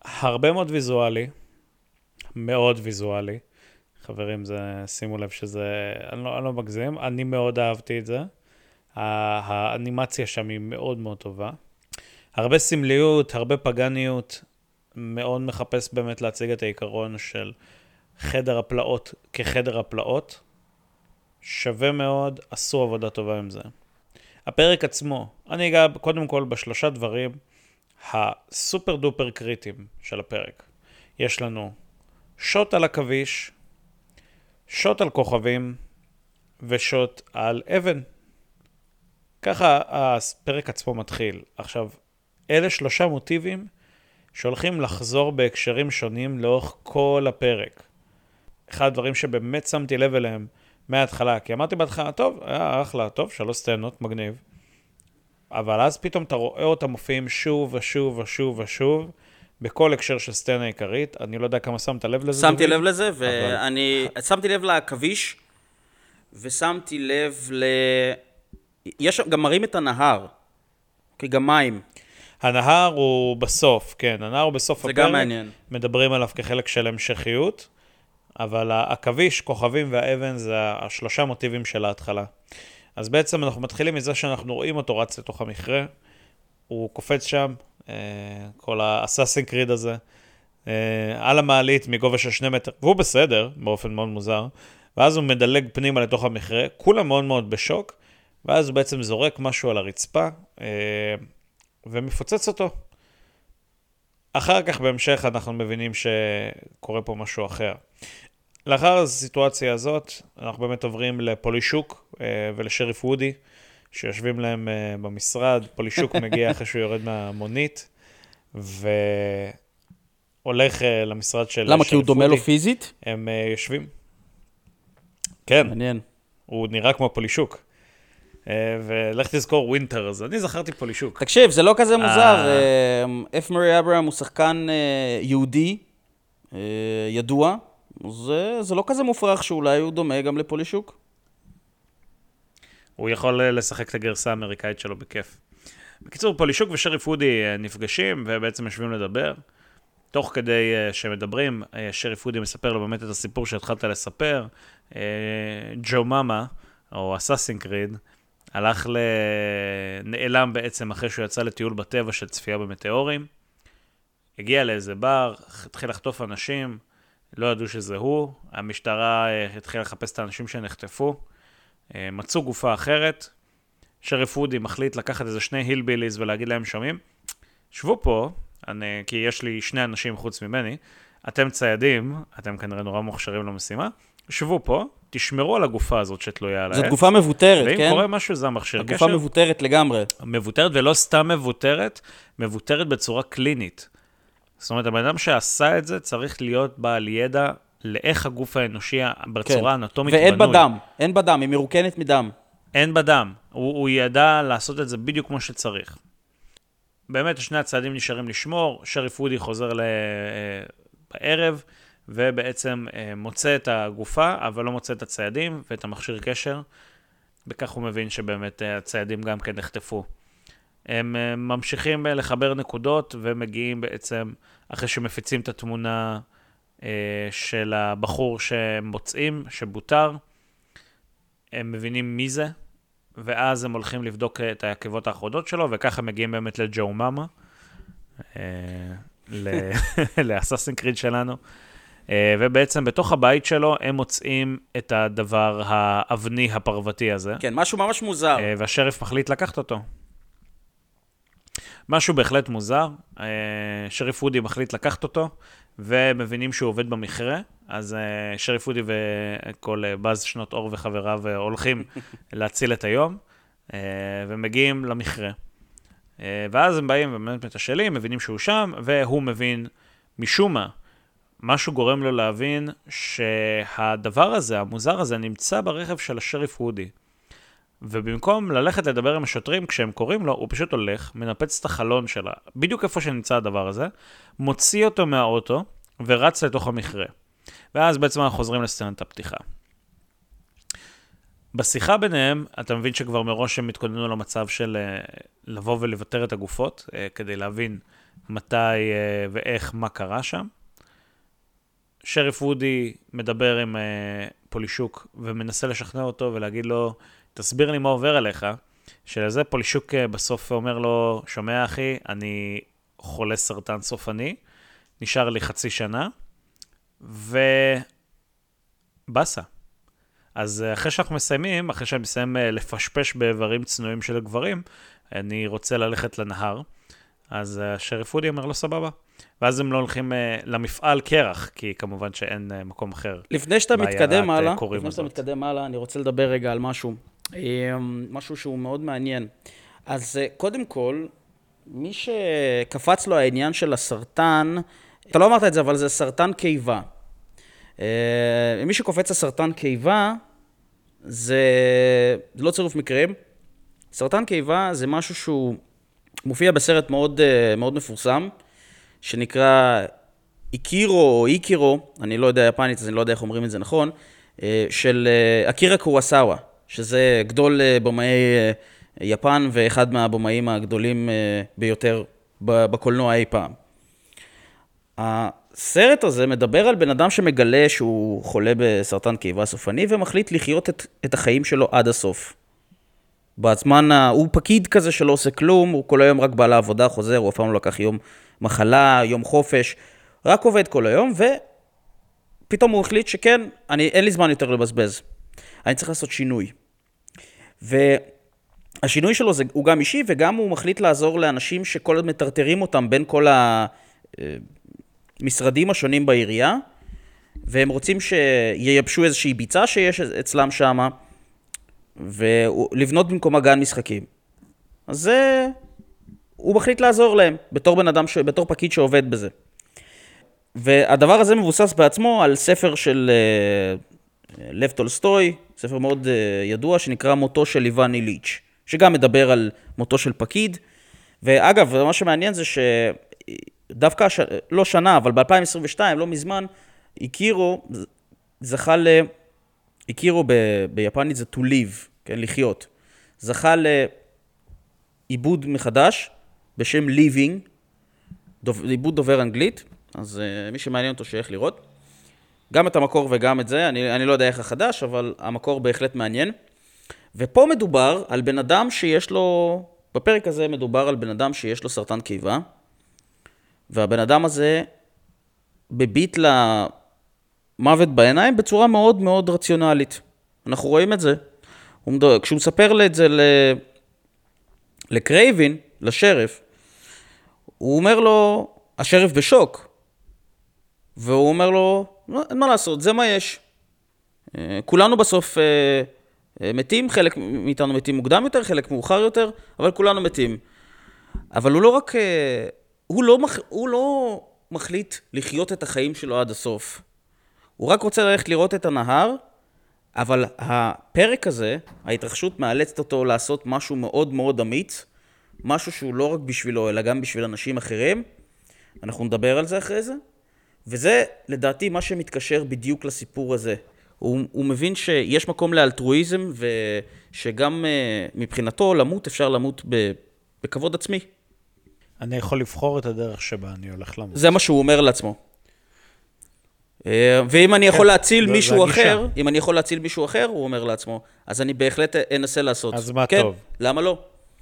הרבה מאוד ויזואלי, מאוד ויזואלי. חברים, זה, שימו לב שזה, אני לא, אני לא מגזים, אני מאוד אהבתי את זה. האנימציה שם היא מאוד מאוד טובה. הרבה סמליות, הרבה פגניות, מאוד מחפש באמת להציג את העיקרון של חדר הפלאות כחדר הפלאות. שווה מאוד, עשו עבודה טובה עם זה. הפרק עצמו, אני אגע קודם כל בשלושה דברים הסופר דופר קריטיים של הפרק. יש לנו שוט על הכביש, שוט על כוכבים ושוט על אבן. ככה הפרק עצמו מתחיל. עכשיו, אלה שלושה מוטיבים שהולכים לחזור בהקשרים שונים לאורך כל הפרק. אחד הדברים שבאמת שמתי לב אליהם מההתחלה, כי אמרתי בהתחלה, טוב, היה אחלה, טוב, שלוש סצנות, מגניב. אבל אז פתאום אתה רואה אותם מופיעים שוב ושוב ושוב ושוב, בכל הקשר של סצנה עיקרית. אני לא יודע כמה שמת לב לזה. שמתי לב לזה, ואני שמתי לב לכביש, ושמתי לב ל... יש גם מראים את הנהר, כגם מים. הנהר הוא בסוף, כן, הנהר הוא בסוף הפרק. זה גם מעניין. מדברים עליו כחלק של המשכיות, אבל הכביש, כוכבים והאבן זה השלושה מוטיבים של ההתחלה. אז בעצם אנחנו מתחילים מזה שאנחנו רואים אותו רץ לתוך המכרה, הוא קופץ שם, כל האסאסין קריד הזה, על המעלית מגובה של שני מטר, והוא בסדר, באופן מאוד מוזר, ואז הוא מדלג פנימה לתוך המכרה, כולם מאוד מאוד בשוק, ואז הוא בעצם זורק משהו על הרצפה, ומפוצץ אותו. אחר כך בהמשך אנחנו מבינים שקורה פה משהו אחר. לאחר הסיטואציה הזאת, אנחנו באמת עוברים לפולישוק ולשריף וודי, שיושבים להם במשרד. פולישוק מגיע אחרי שהוא יורד מהמונית, והולך למשרד של שריף וודי. למה? כי הוא דומה לו פיזית? הם יושבים. כן. מעניין. הוא נראה כמו פולישוק. ולך תזכור ווינטר, אז אני זכרתי פולישוק. תקשיב, זה לא כזה מוזר. אף מרי אברהם הוא שחקן יהודי, ידוע. זה, זה לא כזה מופרך שאולי הוא דומה גם לפולישוק. הוא יכול לשחק את הגרסה האמריקאית שלו בכיף. בקיצור, פולישוק ושריף וודי נפגשים ובעצם יושבים לדבר. תוך כדי שמדברים, שריף וודי מספר לו באמת את הסיפור שהתחלת לספר. ג'ו מאמה, או אסאסין קריד, הלך לנעלם בעצם אחרי שהוא יצא לטיול בטבע של צפייה במטאורים. הגיע לאיזה בר, התחיל לחטוף אנשים, לא ידעו שזה הוא. המשטרה התחילה לחפש את האנשים שנחטפו. מצאו גופה אחרת. שריף וודי מחליט לקחת איזה שני הילביליז ולהגיד להם שומעים. שבו פה, אני, כי יש לי שני אנשים חוץ ממני. אתם ציידים, אתם כנראה נורא מוכשרים למשימה. שבו פה, תשמרו על הגופה הזאת שתלויה על העץ. זאת גופה מבוטרת, כן? ואם קורה משהו, זה המכשיר קשר. הגופה מבוטרת לגמרי. מבוטרת, ולא סתם מבוטרת, מבוטרת בצורה קלינית. זאת אומרת, הבן אדם שעשה את זה צריך להיות בעל ידע לאיך הגוף האנושי בצורה אנטומית בנוי. ואין בדם, אין בדם, היא מרוקנת מדם. אין בדם, הוא, הוא ידע לעשות את זה בדיוק כמו שצריך. באמת, שני הצעדים נשארים לשמור, שריף וודי חוזר ל... בערב, ובעצם מוצא את הגופה, אבל לא מוצא את הציידים ואת המכשיר קשר. בכך הוא מבין שבאמת הציידים גם כן נחטפו. הם ממשיכים לחבר נקודות ומגיעים בעצם, אחרי שמפיצים את התמונה של הבחור שמוצאים, שבוטר, הם מבינים מי זה, ואז הם הולכים לבדוק את העקבות האחרודות שלו, וככה מגיעים באמת לג'ו מאמה, לאסאסין קריד שלנו, ובעצם בתוך הבית שלו הם מוצאים את הדבר האבני הפרוותי הזה. כן, משהו ממש מוזר. והשריף מחליט לקחת אותו. משהו בהחלט מוזר, שריף וודי מחליט לקחת אותו, ומבינים שהוא עובד במכרה, אז שריף וודי וכל באז שנות אור וחבריו הולכים להציל את היום, ומגיעים למכרה. ואז הם באים ובאמת מתשאלים, מבינים שהוא שם, והוא מבין משום מה, משהו גורם לו להבין שהדבר הזה, המוזר הזה, נמצא ברכב של השריף וודי. ובמקום ללכת לדבר עם השוטרים כשהם קוראים לו, הוא פשוט הולך, מנפץ את החלון שלה, בדיוק איפה שנמצא הדבר הזה, מוציא אותו מהאוטו ורץ לתוך המכרה. ואז בעצם אנחנו חוזרים לסצנת הפתיחה. בשיחה ביניהם, אתה מבין שכבר מראש הם התכוננו למצב של לבוא ולוותר את הגופות, כדי להבין מתי ואיך, מה קרה שם. שריף וודי מדבר עם פולישוק ומנסה לשכנע אותו ולהגיד לו, תסביר לי מה עובר עליך, שלזה פולישוק בסוף אומר לו, שומע אחי, אני חולה סרטן סופני, נשאר לי חצי שנה, ובאסה. אז אחרי שאנחנו מסיימים, אחרי שאני מסיים לפשפש באיברים צנועים של הגברים, אני רוצה ללכת לנהר, אז שריף וודי אומר לו סבבה. ואז הם לא הולכים למפעל קרח, כי כמובן שאין מקום אחר. לפני שאתה מתקדם הלאה, לפני שאתה מתקדם הלאה, אני רוצה לדבר רגע על משהו. משהו שהוא מאוד מעניין. אז קודם כל, מי שקפץ לו העניין של הסרטן, אתה לא אמרת את זה, אבל זה סרטן קיבה. מי שקופץ לסרטן קיבה, זה לא צירוף מקרים. סרטן קיבה זה משהו שהוא מופיע בסרט מאוד, מאוד מפורסם, שנקרא איקירו או איקירו, אני לא יודע יפנית, אז אני לא יודע איך אומרים את זה נכון, של אקירה קורוסאווה, שזה גדול במאי יפן ואחד מהבמאים הגדולים ביותר בקולנוע אי פעם. הסרט הזה מדבר על בן אדם שמגלה שהוא חולה בסרטן קיבה סופני ומחליט לחיות את, את החיים שלו עד הסוף. בזמן, הוא פקיד כזה שלא עושה כלום, הוא כל היום רק בא לעבודה, חוזר, הוא אף פעם לא לקח יום מחלה, יום חופש, רק עובד כל היום, ופתאום הוא החליט שכן, אני, אין לי זמן יותר לבזבז. אני צריך לעשות שינוי. והשינוי שלו זה, הוא גם אישי, וגם הוא מחליט לעזור לאנשים שכל עוד מטרטרים אותם בין כל המשרדים השונים בעירייה, והם רוצים שייבשו איזושהי ביצה שיש אצלם שמה, ולבנות במקומה גן משחקים. אז זה, הוא מחליט לעזור להם, בתור בן אדם, ש... בתור פקיד שעובד בזה. והדבר הזה מבוסס בעצמו על ספר של uh, לב טולסטוי, ספר מאוד uh, ידוע, שנקרא מותו של איוון איליץ', שגם מדבר על מותו של פקיד. ואגב, מה שמעניין זה שדווקא, ש... לא שנה, אבל ב-אלפיים עשרים ושתיים, לא מזמן, איקירו זכה ל... איקירו ב... ביפנית זה to live, כן, לחיות. זכה לעיבוד מחדש בשם living, דוב... עיבוד דובר אנגלית, אז uh, מי שמעניין אותו שייך לראות. גם את המקור וגם את זה, אני, אני לא יודע איך החדש, אבל המקור בהחלט מעניין. ופה מדובר על בן אדם שיש לו, בפרק הזה מדובר על בן אדם שיש לו סרטן קיבה, והבן אדם הזה בביט למוות בעיניים בצורה מאוד מאוד רציונלית. אנחנו רואים את זה. הוא מדבר, כשהוא מספר את זה ל... לקרייבין, לשריף, הוא אומר לו, השריף בשוק, והוא אומר לו, אין מה לעשות, זה מה יש. כולנו בסוף מתים, חלק מאיתנו מתים מוקדם יותר, חלק מאוחר יותר, אבל כולנו מתים. אבל הוא לא רק, הוא לא, הוא לא מחליט לחיות את החיים שלו עד הסוף. הוא רק רוצה ללכת לראות את הנהר, אבל הפרק הזה, ההתרחשות מאלצת אותו לעשות משהו מאוד מאוד אמיץ, משהו שהוא לא רק בשבילו, אלא גם בשביל אנשים אחרים. אנחנו נדבר על זה אחרי זה. וזה, לדעתי, מה שמתקשר בדיוק לסיפור הזה. הוא, הוא מבין שיש מקום לאלטרואיזם, ושגם מבחינתו, למות, אפשר למות בכבוד עצמי. אני יכול לבחור את הדרך שבה אני הולך למות. זה מה שהוא אומר לעצמו. ואם אני יכול להציל מישהו אחר, אם אני יכול להציל מישהו אחר, הוא אומר לעצמו, אז אני בהחלט אנסה לעשות. אז מה טוב. כן, למה לא?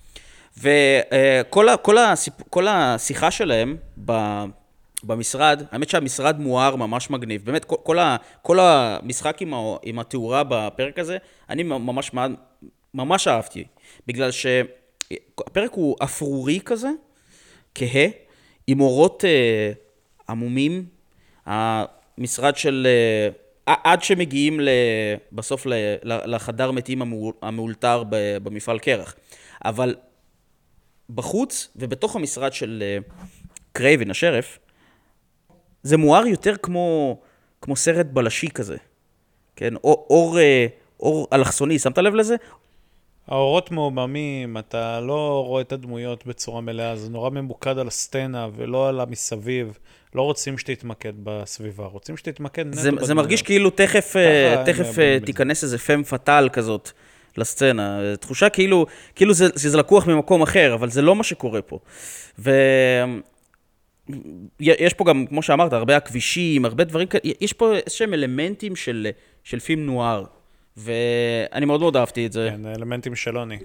וכל כל הסיפ... כל השיחה שלהם במשרד, האמת שהמשרד מואר ממש מגניב. באמת, כל, כל, ה... כל המשחק עם, ה... עם התאורה בפרק הזה, אני ממש, ממש אהבתי. בגלל שהפרק הוא אפרורי כזה, כהה, עם אורות עמומים, המשרד של... עד שמגיעים בסוף לחדר מתים המאולתר במפעל קרח. אבל בחוץ ובתוך המשרד של קרייבין, השריף, זה מואר יותר כמו, כמו סרט בלשי כזה. כן? אור, אור, אור אלכסוני, שמת לב לזה? האורות מעוממים, אתה לא רואה את הדמויות בצורה מלאה, זה נורא ממוקד על הסצנה ולא על המסביב. לא רוצים שתתמקד בסביבה, רוצים שתתמקד נטו בדמויות. זה מרגיש כאילו תכף, תכף תיכנס איזה פם פטל כזאת לסצנה. תחושה כאילו, כאילו זה, זה לקוח ממקום אחר, אבל זה לא מה שקורה פה. יש פה גם, כמו שאמרת, הרבה הכבישים, הרבה דברים כאלה, יש פה איזשהם אלמנטים של, של פילם נואר, ואני מאוד מאוד אהבתי את זה. כן, אלמנטים של עוני.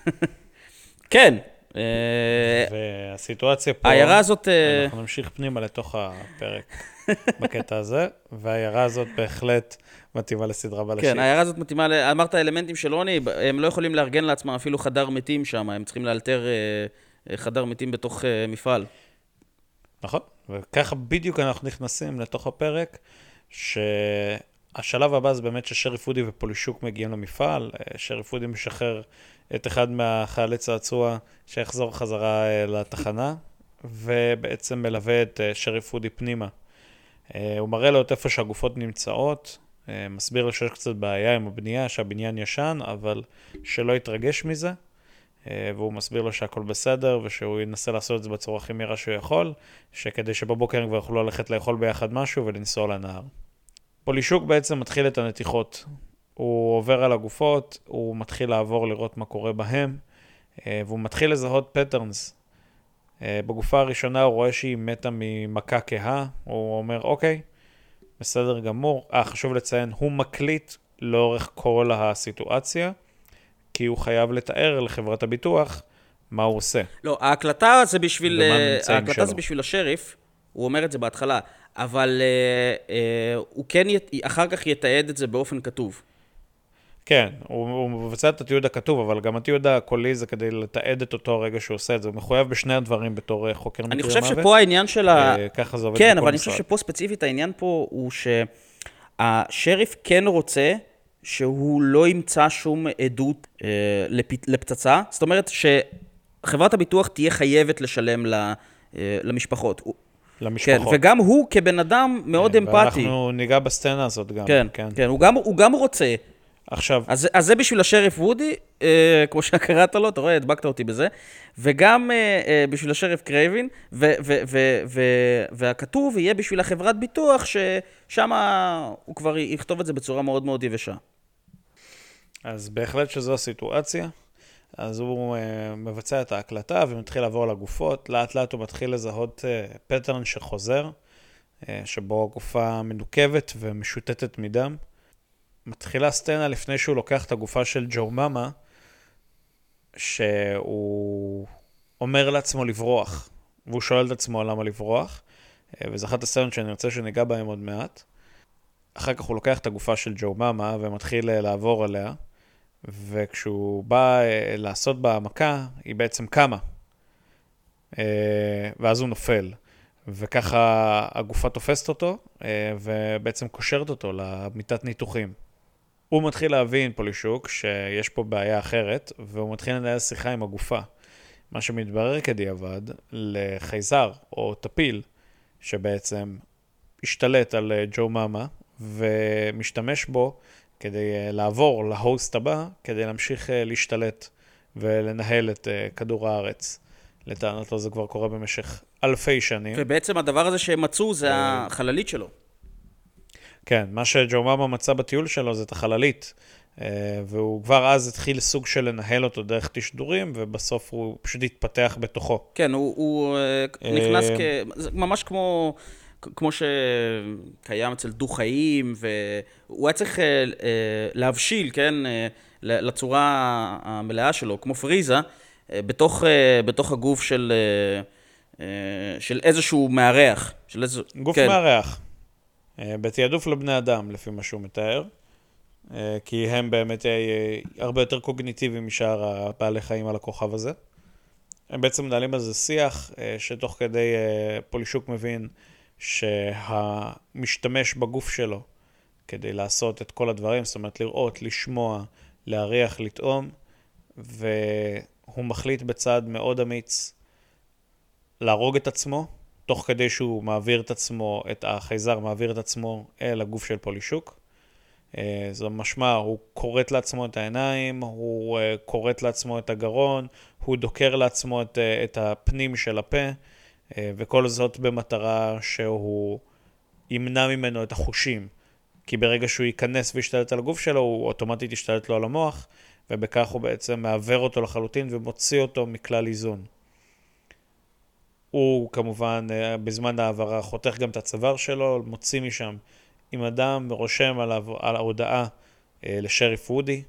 כן. והסיטואציה פה, העיירה הזאת... אנחנו נמשיך פנימה לתוך הפרק בקטע הזה, והעיירה הזאת בהחלט מתאימה לסדרה בלשית. כן, העיירה הזאת מתאימה, אמרת אלמנטים של עוני, הם לא יכולים לארגן לעצמם אפילו חדר מתים שם, הם צריכים לאלתר חדר מתים בתוך מפעל. נכון, וככה בדיוק אנחנו נכנסים לתוך הפרק, שהשלב הבא זה באמת ששריף וודי ופולישוק מגיעים למפעל, שריף וודי משחרר את אחד מהחיילי צעצוע שיחזור חזרה לתחנה, ובעצם מלווה את שריף וודי פנימה. הוא מראה לו את איפה שהגופות נמצאות, מסביר לו שיש קצת בעיה עם הבנייה, שהבניין ישן, אבל שלא יתרגש מזה, והוא מסביר לו שהכל בסדר, ושהוא ינסה לעשות את זה בצורה הכי מהירה שהוא יכול, שכדי שבבוקר הם כבר יוכלו ללכת לאכול ביחד משהו ולנסוע לנהר. פולישוק בעצם מתחיל את הנתיחות. הוא עובר על הגופות, הוא מתחיל לעבור לראות מה קורה בהם, והוא מתחיל לזהות פטרנס. בגופה הראשונה הוא רואה שהיא מתה ממכה כהה, הוא אומר, אוקיי, בסדר גמור. אה, חשוב לציין, הוא מקליט לאורך כל הסיטואציה, כי הוא חייב לתאר לחברת הביטוח מה הוא עושה. לא, ההקלטה זה בשביל, ההקלטה זה בשביל השריף, הוא אומר את זה בהתחלה, אבל אה, אה, הוא כן ית, אחר כך יתעד את זה באופן כתוב. כן, הוא, הוא מבצע את התיעוד הכתוב, אבל גם התיעוד הקולי זה כדי לתעד את אותו הרגע שהוא עושה את זה. הוא מחויב בשני הדברים בתור חוקר מקרה מוות. אני חושב שפה העניין של ה... ככה זה עובד כן, בכל אבל אני משרד. חושב שפה ספציפית העניין פה הוא שהשריף כן רוצה שהוא לא ימצא שום עדות אה, לפ... לפצצה. זאת אומרת שחברת הביטוח תהיה חייבת לשלם ל... אה, למשפחות. למשפחות. כן, וגם הוא כבן אדם מאוד כן, אמפתי. ואנחנו ניגע בסצנה הזאת גם. כן, כן, כן הוא, גם, הוא גם רוצה. עכשיו... אז, אז זה בשביל השריף וודי, אה, כמו שקראת לו, אתה רואה, הדבקת אותי בזה, וגם אה, אה, בשביל השריף קרייבין, ו, ו, ו, ו, והכתוב יהיה בשביל החברת ביטוח, ששם הוא כבר יכתוב את זה בצורה מאוד מאוד יבשה. אז בהחלט שזו הסיטואציה. אז הוא uh, מבצע את ההקלטה ומתחיל לעבור לגופות. לאט לאט הוא מתחיל לזהות uh, פטרן שחוזר, uh, שבו הגופה מנוקבת ומשותתת מדם. מתחילה סצנה לפני שהוא לוקח את הגופה של ג'ו מאמה, שהוא אומר לעצמו לברוח, והוא שואל את עצמו למה לברוח, uh, וזו אחת הסצנות שאני רוצה שניגע בהם עוד מעט. אחר כך הוא לוקח את הגופה של ג'ו מאמה ומתחיל uh, לעבור עליה, וכשהוא בא uh, לעשות בה המכה, היא בעצם קמה. Uh, ואז הוא נופל. וככה הגופה תופסת אותו, uh, ובעצם קושרת אותו למיטת ניתוחים. הוא מתחיל להבין, פולישוק, שיש פה בעיה אחרת, והוא מתחיל לנהל שיחה עם הגופה. מה שמתברר כדיעבד לחייזר או טפיל, שבעצם השתלט על uh, ג'ו מאמה, ומשתמש בו, כדי לעבור להוסט הבא, כדי להמשיך להשתלט ולנהל את כדור הארץ. לטענתו זה כבר קורה במשך אלפי שנים. ובעצם הדבר הזה שהם מצאו זה החללית שלו. כן, מה שג'ו מאמה מצא בטיול שלו זה את החללית, והוא כבר אז התחיל סוג של לנהל אותו דרך תשדורים, ובסוף הוא פשוט התפתח בתוכו. כן, הוא, הוא נכנס כ... ממש כמו... כמו שקיים אצל דו-חיים, והוא היה צריך להבשיל, כן, לצורה המלאה שלו, כמו פריזה, בתוך, בתוך הגוף של, של איזשהו מארח. של איזו, גוף כן. מארח. בתיעדוף לבני אדם, לפי מה שהוא מתאר, כי הם באמת הרבה יותר קוגניטיביים משאר הבעלי חיים על הכוכב הזה. הם בעצם מנהלים על זה שיח, שתוך כדי פולישוק מבין, שהמשתמש בגוף שלו כדי לעשות את כל הדברים, זאת אומרת לראות, לשמוע, להריח, לטעום, והוא מחליט בצעד מאוד אמיץ להרוג את עצמו, תוך כדי שהוא מעביר את עצמו, את החייזר מעביר את עצמו אל הגוף של פולישוק. זו משמע, הוא קורט לעצמו את העיניים, הוא קורט לעצמו את הגרון, הוא דוקר לעצמו את, את הפנים של הפה, וכל זאת במטרה שהוא ימנע ממנו את החושים, כי ברגע שהוא ייכנס וישתלט על הגוף שלו, הוא אוטומטית ישתלט לו על המוח, ובכך הוא בעצם מעבר אותו לחלוטין ומוציא אותו מכלל איזון. הוא כמובן בזמן העברה חותך גם את הצוואר שלו, מוציא משם עם אדם, רושם עליו, על ההודעה לשריף וודי,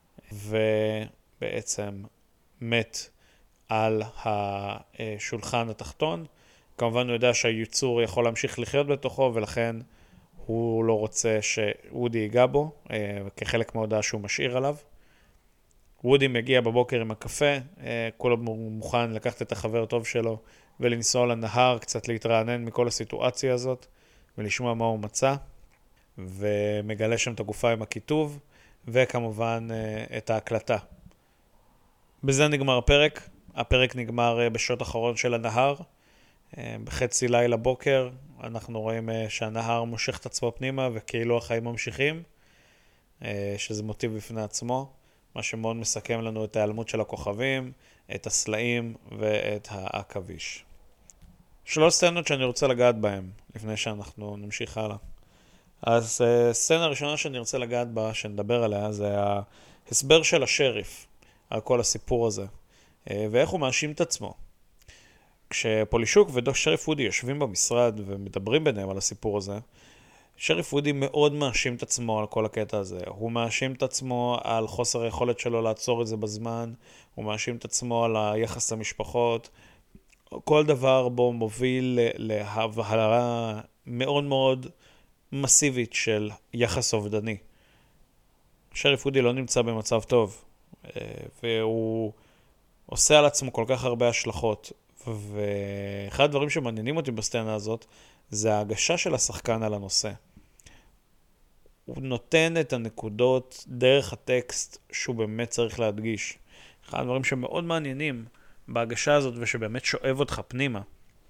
ובעצם מת על השולחן התחתון. כמובן הוא יודע שהיצור יכול להמשיך לחיות בתוכו, ולכן הוא לא רוצה שוודי ייגע בו, כחלק מההודעה שהוא משאיר עליו. וודי מגיע בבוקר עם הקפה, כל עוד הוא מוכן לקחת את החבר טוב שלו ולנסוע לנהר, קצת להתרענן מכל הסיטואציה הזאת, ולשמוע מה הוא מצא, ומגלה שם את הגופה עם הכיתוב, וכמובן את ההקלטה. בזה נגמר הפרק. הפרק נגמר בשעות אחרון של הנהר. בחצי לילה בוקר אנחנו רואים שהנהר מושך את עצמו פנימה, וכאילו החיים ממשיכים, שזה מוטיב בפני עצמו. מה שמאוד מסכם לנו את ההיעלמות של הכוכבים, את הסלעים ואת העכביש. שלוש סצנות שאני רוצה לגעת בהן, לפני שאנחנו נמשיך הלאה. אז סצנה הראשונה שאני רוצה לגעת בה, שנדבר עליה, זה ההסבר של השריף, על כל הסיפור הזה, ואיך הוא מאשים את עצמו. כשפולישוק ושריף וודי יושבים במשרד ומדברים ביניהם על הסיפור הזה, שריף וודי מאוד מאשים את עצמו על כל הקטע הזה. הוא מאשים את עצמו על חוסר היכולת שלו לעצור את זה בזמן, הוא מאשים את עצמו על היחס למשפחות. כל דבר בו מוביל להבהרה מאוד מאוד מסיבית של יחס אובדני. שריף וודי לא נמצא במצב טוב, והוא עושה על עצמו כל כך הרבה השלכות. ואחד הדברים שמעניינים אותי בסצנה הזאת, זה ההגשה של השחקן על הנושא. הוא נותן את הנקודות דרך הטקסט שהוא באמת צריך להדגיש. אחד הדברים שמאוד מעניינים בהגשה הזאת ושבאמת שואב אותך פנימה,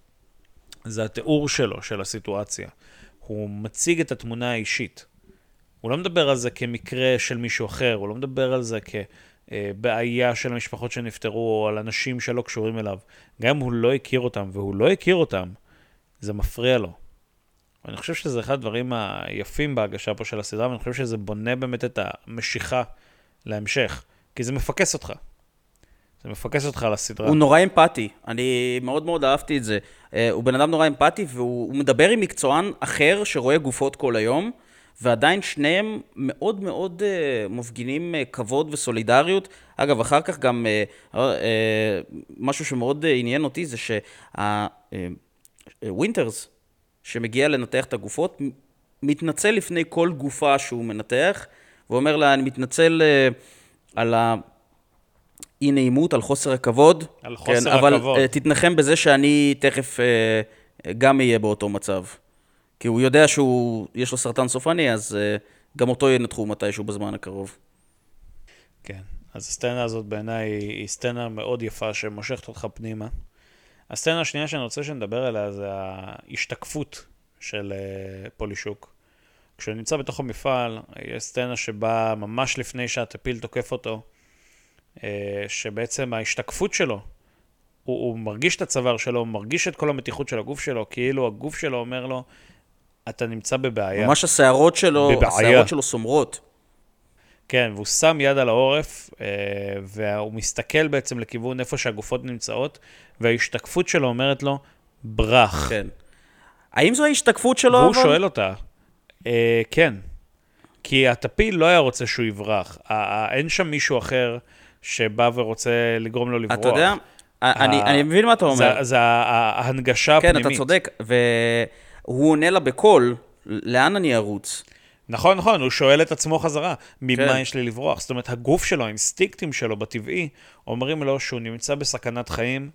זה התיאור שלו, של הסיטואציה. הוא מציג את התמונה האישית. הוא לא מדבר על זה כמקרה של מישהו אחר, הוא לא מדבר על זה כבעיה של המשפחות שנפטרו או על אנשים שלא קשורים אליו. גם אם הוא לא הכיר אותם, והוא לא הכיר אותם, זה מפריע לו. ואני חושב שזה אחד הדברים היפים בהגשה פה של הסדרה, ואני חושב שזה בונה באמת את המשיכה להמשך, כי זה מפקס אותך. זה מפקס אותך על הסדרה. הוא נורא אמפתי, אני מאוד מאוד אהבתי את זה. הוא בן אדם נורא אמפתי, והוא מדבר עם מקצוען אחר שרואה גופות כל היום, ועדיין שניהם מאוד מאוד מפגינים כבוד וסולידריות. אגב, אחר כך גם משהו שמאוד עניין אותי, זה שהווינטרס, שמגיע לנתח את הגופות, מתנצל לפני כל גופה שהוא מנתח, ואומר לה, אני מתנצל על האי נעימות, על חוסר הכבוד. על חוסר כן, אבל הכבוד. אבל תתנחם בזה שאני תכף גם אהיה באותו מצב. כי הוא יודע שיש לו סרטן סופני, אז גם אותו ינתחו מתישהו בזמן הקרוב. כן, אז הסצנה הזאת בעיניי היא סצנה מאוד יפה שמושכת אותך פנימה. הסצנה השנייה שאני רוצה שנדבר עליה זה ההשתקפות של פולישוק. כשהוא נמצא בתוך המפעל, יש סצנה שבה ממש לפני שהטפיל תוקף אותו, שבעצם ההשתקפות שלו, הוא, הוא מרגיש את הצוואר שלו, הוא מרגיש את כל המתיחות של הגוף שלו, כאילו הגוף שלו אומר לו, אתה נמצא בבעיה. ממש השערות שלו, בבעיה. השערות שלו סומרות. כן, והוא שם יד על העורף, והוא מסתכל בעצם לכיוון איפה שהגופות נמצאות, וההשתקפות שלו אומרת לו, ברח. כן. האם זו ההשתקפות שלו? והוא אבל? שואל אותה, אה, כן. כי הטפיל לא היה רוצה שהוא יברח. אין שם מישהו אחר שבא ורוצה לגרום לו לברוח. אתה יודע, אני, אני מבין מה אתה אומר. זה, זה ההנגשה הפנימית. כן, אתה צודק, והוא עונה לה בקול, לאן אני ארוץ? נכון, נכון, הוא שואל את עצמו חזרה, ממה כן. יש לי לברוח? זאת אומרת, הגוף שלו, האינסטינקטים שלו בטבעי, אומרים לו שהוא נמצא בסכנת חיים,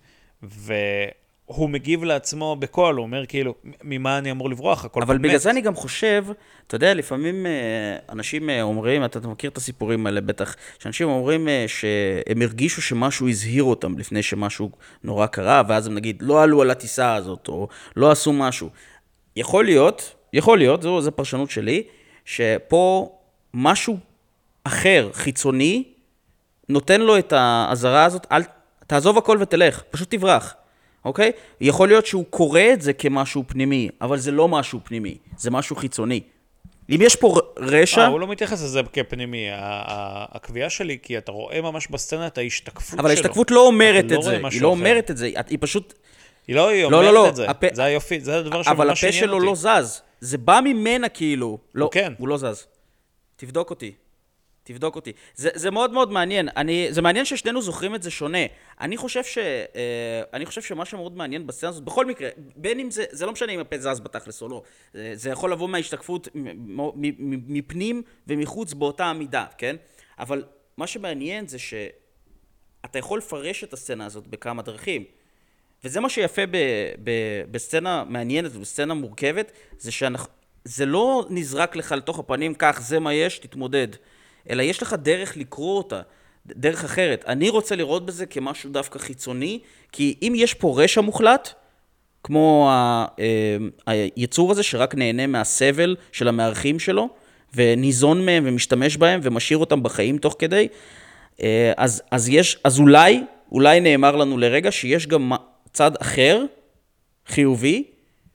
והוא מגיב לעצמו בקול, הוא אומר כאילו, ממה אני אמור לברוח? הכל אבל מת. בגלל זה אני גם חושב, אתה יודע, לפעמים אנשים אומרים, אתה מכיר את הסיפורים האלה בטח, שאנשים אומרים שהם הרגישו שמשהו הזהיר אותם לפני שמשהו נורא קרה, ואז הם נגיד, לא עלו על הטיסה הזאת, או לא עשו משהו. יכול להיות, יכול להיות, זו, זו פרשנות שלי, שפה משהו אחר, חיצוני, נותן לו את ההזרה הזאת, אל, תעזוב הכל ותלך, פשוט תברח, אוקיי? יכול להיות שהוא קורא את זה כמשהו פנימי, אבל זה לא משהו פנימי, זה משהו חיצוני. אם יש פה רשע... אה, הוא לא מתייחס לזה כפנימי. הקביעה שלי, כי אתה רואה ממש בסצנה את ההשתקפות שלו. אבל ההשתקפות לא אומרת לא את זה, היא אחר. לא אומרת את זה, היא פשוט... היא לא, היא לא, אומרת לא, לא, את זה. הפה- זה היופי, זה הדבר אבל שממש הפה עניין שלו אותי. לא זז. זה בא ממנה כאילו. לא, כן. הוא לא זז. תבדוק אותי. תבדוק אותי. זה, זה מאוד מאוד מעניין. אני, זה מעניין ששנינו זוכרים את זה שונה. אני חושב ש... אה, אני חושב שמה שמאוד מעניין בסצנה הזאת, בכל מקרה, בין אם זה... זה לא משנה אם הפה זז בתכלס או לא. זה, זה יכול לבוא מההשתקפות מ- מ- מ- מפנים ומחוץ באותה המידה, כן? אבל מה שמעניין זה שאתה יכול לפרש את הסצנה הזאת בכמה דרכים. וזה מה שיפה ב, ב, בסצנה מעניינת ובסצנה מורכבת, זה שזה לא נזרק לך לתוך הפנים, כך, זה מה יש, תתמודד. אלא יש לך דרך לקרוא אותה, דרך אחרת. אני רוצה לראות בזה כמשהו דווקא חיצוני, כי אם יש פה רשע מוחלט, כמו ה, היצור הזה שרק נהנה מהסבל של המארחים שלו, וניזון מהם ומשתמש בהם ומשאיר אותם בחיים תוך כדי, אז, אז, יש, אז אולי, אולי נאמר לנו לרגע שיש גם צד אחר, חיובי,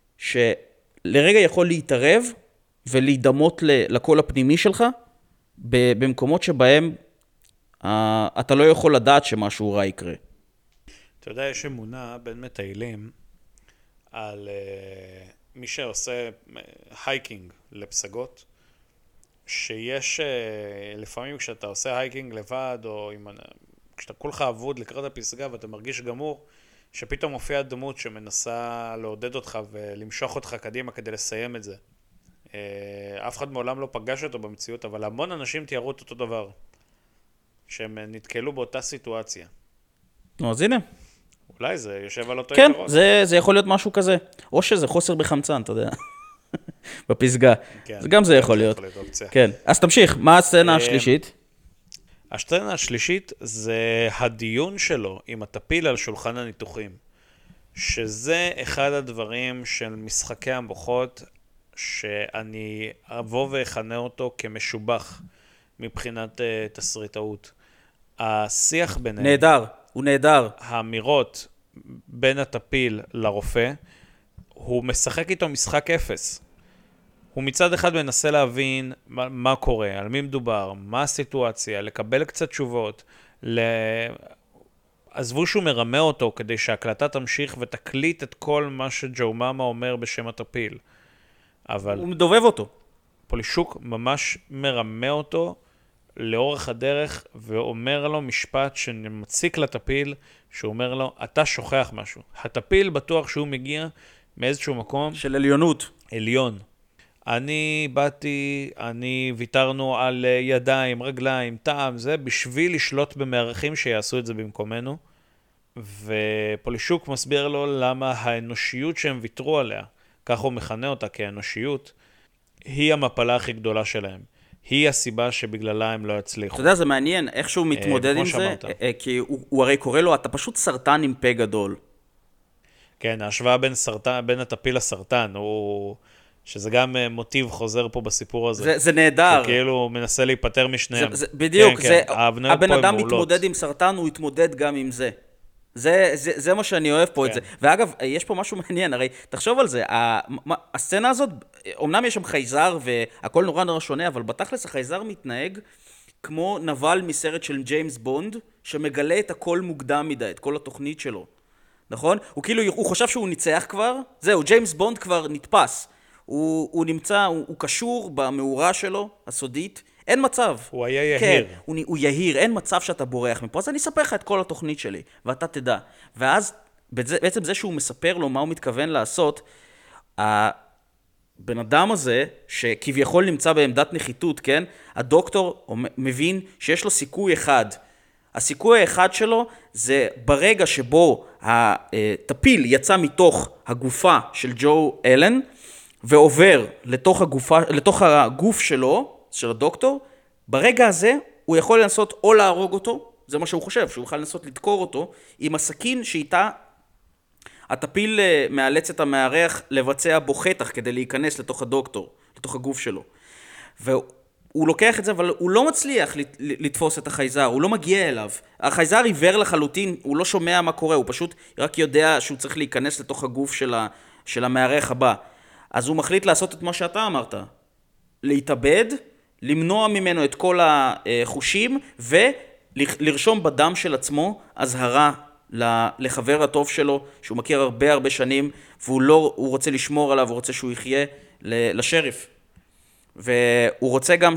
שלרגע יכול להתערב ולהידמות לקול הפנימי שלך, במקומות שבהם uh, אתה לא יכול לדעת שמשהו רע יקרה. אתה יודע, יש אמונה בין מטיילים על uh, מי שעושה הייקינג לפסגות, שיש uh, לפעמים כשאתה עושה הייקינג לבד, או אם, כשאתה כולך אבוד לקראת הפסגה ואתה מרגיש גמור, שפתאום מופיעה דמות שמנסה לעודד אותך ולמשוך אותך קדימה כדי לסיים את זה. אף אחד מעולם לא פגש אותו במציאות, אבל המון אנשים תיארו את אותו דבר, שהם נתקלו באותה סיטואציה. נו, אז הנה. אולי זה יושב על אותו כן, עיקרון. זה, זה יכול להיות משהו כזה. או שזה חוסר בחמצן, אתה יודע. בפסגה. כן, זה גם זה יכול להיות. להיות אופציה. כן. אז תמשיך, מה הסצנה השלישית? הסצנה השלישית זה הדיון שלו עם הטפיל על שולחן הניתוחים. שזה אחד הדברים של משחקי המוחות, שאני אבוא ואכנה אותו כמשובח מבחינת uh, תסריטאות. השיח ביניהם, נהדר, הוא נהדר. האמירות בין הטפיל לרופא, הוא משחק איתו משחק אפס. הוא מצד אחד מנסה להבין מה, מה קורה, על מי מדובר, מה הסיטואציה, לקבל קצת תשובות, ל... עזבו שהוא מרמה אותו כדי שההקלטה תמשיך ותקליט את כל מה שג'ו מאמה אומר בשם הטפיל. אבל הוא מדובב אותו. פולישוק ממש מרמה אותו לאורך הדרך ואומר לו משפט שמציק לטפיל, שהוא אומר לו, אתה שוכח משהו. הטפיל בטוח שהוא מגיע מאיזשהו מקום של עליונות. עליון. אני באתי, אני ויתרנו על ידיים, רגליים, טעם, זה בשביל לשלוט במערכים שיעשו את זה במקומנו. ופולישוק מסביר לו למה האנושיות שהם ויתרו עליה, כך הוא מכנה אותה כאנושיות, היא המפלה הכי גדולה שלהם. היא הסיבה שבגללה הם לא יצליחו. אתה יודע, זה מעניין איך שהוא מתמודד עם זה, כי הוא, הוא הרי קורא לו, אתה פשוט סרטן עם פה גדול. כן, ההשוואה בין, סרטן, בין הטפיל לסרטן, הוא... שזה גם מוטיב חוזר פה בסיפור הזה. זה, זה נהדר. שכאילו הוא מנסה להיפטר משניהם. זה, זה, בדיוק, כן, זה, כן. הבן אדם מתמודד עם סרטן, הוא יתמודד גם עם זה. זה, זה, זה מה שאני אוהב פה כן. את זה. ואגב, יש פה משהו מעניין, הרי תחשוב על זה, הסצנה הזאת, אמנם יש שם חייזר והכל נורא נורא שונה, אבל בתכלס החייזר מתנהג כמו נבל מסרט של ג'יימס בונד, שמגלה את הכל מוקדם מדי, את כל התוכנית שלו. נכון? הוא כאילו, הוא חושב שהוא ניצח כבר, זהו, ג'יימס בונד כבר נתפס. הוא, הוא נמצא, הוא, הוא קשור במאורה שלו, הסודית, אין מצב. הוא היה יהיר. כן, הוא, הוא יהיר, אין מצב שאתה בורח מפה, אז אני אספר לך את כל התוכנית שלי, ואתה תדע. ואז, בעצם זה שהוא מספר לו מה הוא מתכוון לעשות, הבן אדם הזה, שכביכול נמצא בעמדת נחיתות, כן? הדוקטור מבין שיש לו סיכוי אחד. הסיכוי האחד שלו זה ברגע שבו הטפיל יצא מתוך הגופה של ג'ו אלן, ועובר לתוך, הגופה, לתוך הגוף שלו, של הדוקטור, ברגע הזה הוא יכול לנסות או להרוג אותו, זה מה שהוא חושב, שהוא יכול לנסות לדקור אותו, עם הסכין שאיתה הטפיל מאלץ את המארח לבצע בו חתך כדי להיכנס לתוך הדוקטור, לתוך הגוף שלו. והוא לוקח את זה, אבל הוא לא מצליח לתפוס את החייזר, הוא לא מגיע אליו. החייזר עיוור לחלוטין, הוא לא שומע מה קורה, הוא פשוט רק יודע שהוא צריך להיכנס לתוך הגוף של, ה, של המארח הבא. אז הוא מחליט לעשות את מה שאתה אמרת, להתאבד, למנוע ממנו את כל החושים, ולרשום בדם של עצמו הזהרה לחבר הטוב שלו, שהוא מכיר הרבה הרבה שנים, והוא לא, הוא רוצה לשמור עליו, הוא רוצה שהוא יחיה לשריף. והוא רוצה גם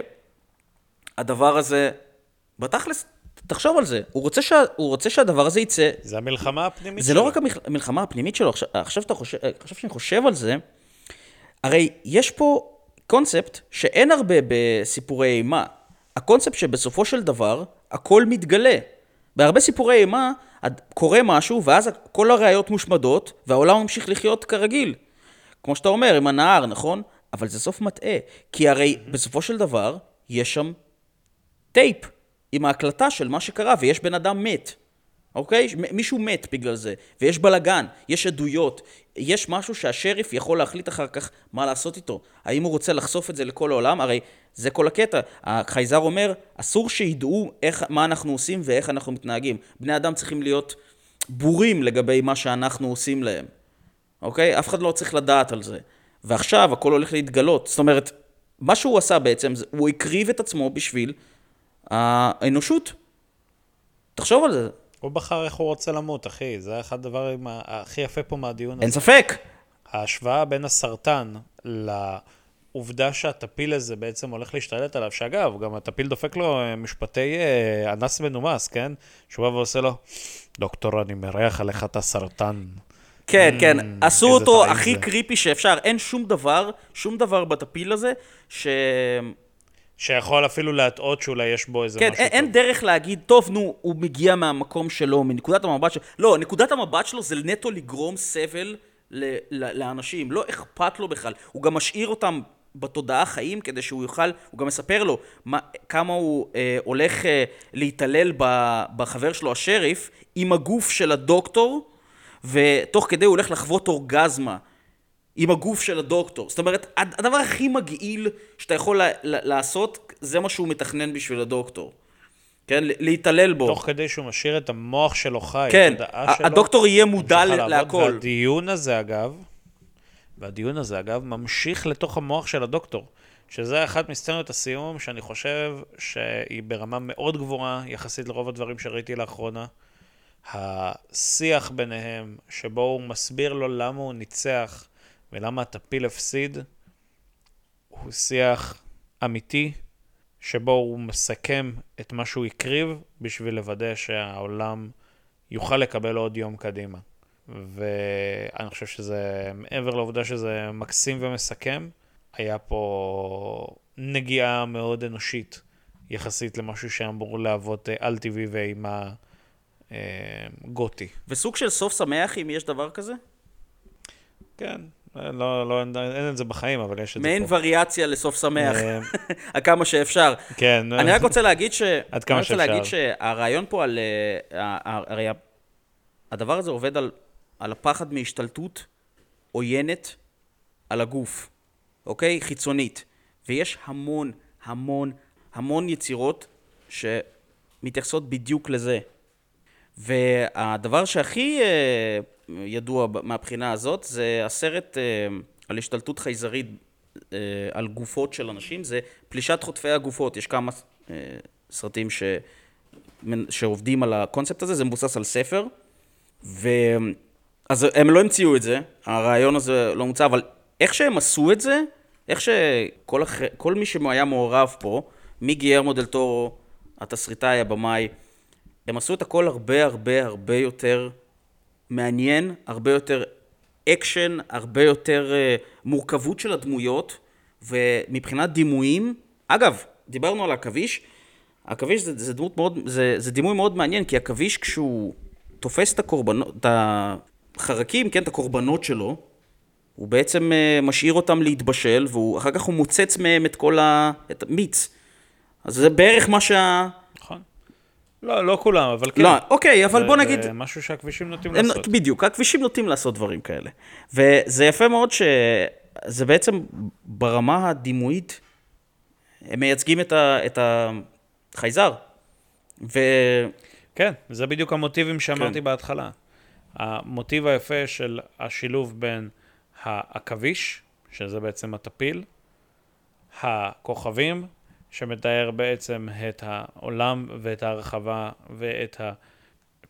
שהדבר הזה, בתכלס, תחשוב על זה, הוא רוצה, שה, הוא רוצה שהדבר הזה יצא. זה המלחמה הפנימית זה שלו. זה לא רק המלחמה הפנימית שלו, עכשיו, עכשיו, אתה חושב, עכשיו שאני חושב על זה, הרי יש פה קונספט שאין הרבה בסיפורי אימה. הקונספט שבסופו של דבר, הכל מתגלה. בהרבה סיפורי אימה, קורה משהו, ואז כל הראיות מושמדות, והעולם ממשיך לחיות כרגיל. כמו שאתה אומר, עם הנהר, נכון? אבל זה סוף מטעה. כי הרי בסופו של דבר, יש שם טייפ עם ההקלטה של מה שקרה, ויש בן אדם מת. אוקיי? מישהו מת בגלל זה, ויש בלגן, יש עדויות, יש משהו שהשריף יכול להחליט אחר כך מה לעשות איתו. האם הוא רוצה לחשוף את זה לכל העולם? הרי זה כל הקטע. החייזר אומר, אסור שידעו איך, מה אנחנו עושים ואיך אנחנו מתנהגים. בני אדם צריכים להיות בורים לגבי מה שאנחנו עושים להם. אוקיי? אף אחד לא צריך לדעת על זה. ועכשיו הכל הולך להתגלות. זאת אומרת, מה שהוא עשה בעצם, הוא הקריב את עצמו בשביל האנושות. תחשוב על זה. הוא בחר איך הוא רוצה למות, אחי. זה אחד הדברים הכי יפה פה מהדיון הזה. אין ספק. ההשוואה בין הסרטן לעובדה שהטפיל הזה בעצם הולך להשתלט עליו, שאגב, גם הטפיל דופק לו משפטי אנס מנומס, כן? שהוא בא ועושה לו, דוקטור, אני מריח עליך את הסרטן. כן, כן. עשו אותו הכי קריפי שאפשר. אין שום דבר, שום דבר בטפיל הזה, ש... שיכול אפילו להטעות שאולי יש בו איזה כן, משהו אין, טוב. אין דרך להגיד, טוב, נו, הוא מגיע מהמקום שלו, מנקודת המבט שלו. לא, נקודת המבט שלו זה נטו לגרום סבל ל- ל- לאנשים. לא אכפת לו בכלל. הוא גם משאיר אותם בתודעה חיים כדי שהוא יוכל, הוא גם מספר לו מה, כמה הוא אה, הולך אה, להתעלל ב- בחבר שלו, השריף, עם הגוף של הדוקטור, ותוך כדי הוא הולך לחוות אורגזמה. עם הגוף של הדוקטור. זאת אומרת, הדבר הכי מגעיל שאתה יכול לעשות, זה מה שהוא מתכנן בשביל הדוקטור. כן? להתעלל בו. תוך כדי שהוא משאיר את המוח שלו חי, כן, הדוקטור יהיה מודע להכל. והדיון הזה, אגב, והדיון הזה, אגב, ממשיך לתוך המוח של הדוקטור, שזה אחת מסצנות הסיום שאני חושב שהיא ברמה מאוד גבוהה, יחסית לרוב הדברים שראיתי לאחרונה. השיח ביניהם, שבו הוא מסביר לו למה הוא ניצח, ולמה הטפיל הפסיד, הוא שיח אמיתי, שבו הוא מסכם את מה שהוא הקריב, בשביל לוודא שהעולם יוכל לקבל עוד יום קדימה. ואני חושב שזה, מעבר לעובדה שזה מקסים ומסכם, היה פה נגיעה מאוד אנושית, יחסית למשהו שאמור להוות על-טבעי ואימה אה, גותי. וסוג של סוף שמח, אם יש דבר כזה? כן. לא, לא, אין, אין את זה בחיים, אבל יש את זה פה. מעין וריאציה לסוף שמח, כמה שאפשר. כן. אני רק רוצה להגיד ש... עד כמה שאפשר. אני רוצה להגיד שהרעיון פה על... הרי הדבר הזה עובד על, על הפחד מהשתלטות עוינת על הגוף, אוקיי? חיצונית. ויש המון, המון, המון יצירות שמתייחסות בדיוק לזה. והדבר שהכי ידוע מהבחינה הזאת, זה הסרט על השתלטות חייזרית על גופות של אנשים, זה פלישת חוטפי הגופות. יש כמה סרטים ש... שעובדים על הקונספט הזה, זה מבוסס על ספר, ו... אז הם לא המציאו את זה, הרעיון הזה לא מוצא, אבל איך שהם עשו את זה, איך שכל הח... כל מי שהיה מעורב פה, מגיירמו דל טורו, התסריטאי, הבמאי, הם עשו את הכל הרבה הרבה הרבה יותר מעניין, הרבה יותר אקשן, הרבה יותר uh, מורכבות של הדמויות, ומבחינת דימויים, אגב, דיברנו על הכביש, הכביש זה, זה, דמות מאוד, זה, זה דימוי מאוד מעניין, כי הכביש כשהוא תופס את הקורבנות, את החרקים, כן, את הקורבנות שלו, הוא בעצם uh, משאיר אותם להתבשל, ואחר כך הוא מוצץ מהם את כל ה... את המיץ. אז זה בערך מה שה... נכון. לא, לא כולם, אבל כן. לא, אוקיי, אבל בוא נגיד... זה משהו שהכבישים נוטים לעשות. בדיוק, הכבישים נוטים לעשות דברים כאלה. וזה יפה מאוד שזה בעצם ברמה הדימויית, הם מייצגים את, ה, את החייזר. ו... כן, זה בדיוק המוטיבים שאמרתי כן. בהתחלה. המוטיב היפה של השילוב בין הכביש, שזה בעצם הטפיל, הכוכבים, שמתאר בעצם את העולם ואת ההרחבה ואת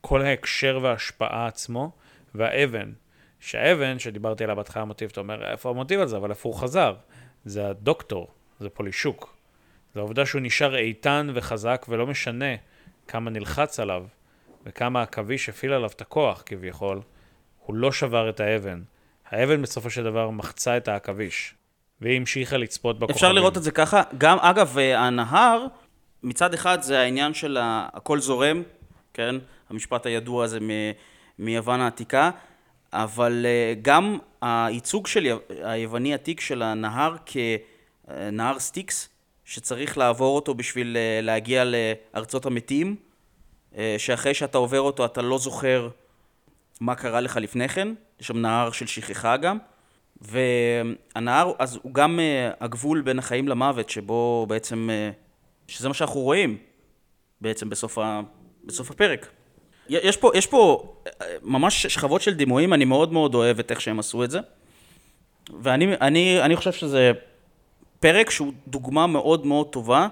כל ההקשר וההשפעה עצמו, והאבן, שהאבן, שדיברתי עליה בהתחלה המוטיב, אתה אומר, איפה המוטיב על זה? אבל איפה הוא חזר? זה הדוקטור, זה פולישוק. זה העובדה שהוא נשאר איתן וחזק, ולא משנה כמה נלחץ עליו, וכמה הכביש הפעיל עליו את הכוח, כביכול, הוא לא שבר את האבן. האבן בסופו של דבר מחצה את העכביש, והיא המשיכה לצפות בכוכבים. אפשר לראות את זה ככה. גם, אגב, הנהר, מצד אחד זה העניין של הכל זורם, כן? המשפט הידוע הזה מ- מיוון העתיקה, אבל גם הייצוג של היווני העתיק של הנהר כנהר סטיקס, שצריך לעבור אותו בשביל להגיע לארצות המתים, שאחרי שאתה עובר אותו אתה לא זוכר מה קרה לך לפני כן, יש שם נהר של שכחה גם, והנהר, אז הוא גם הגבול בין החיים למוות, שבו בעצם, שזה מה שאנחנו רואים בעצם בסוף, ה, בסוף הפרק. יש פה, יש פה ממש שכבות של דימויים, אני מאוד מאוד אוהב את איך שהם עשו את זה, ואני אני, אני חושב שזה פרק שהוא דוגמה מאוד מאוד טובה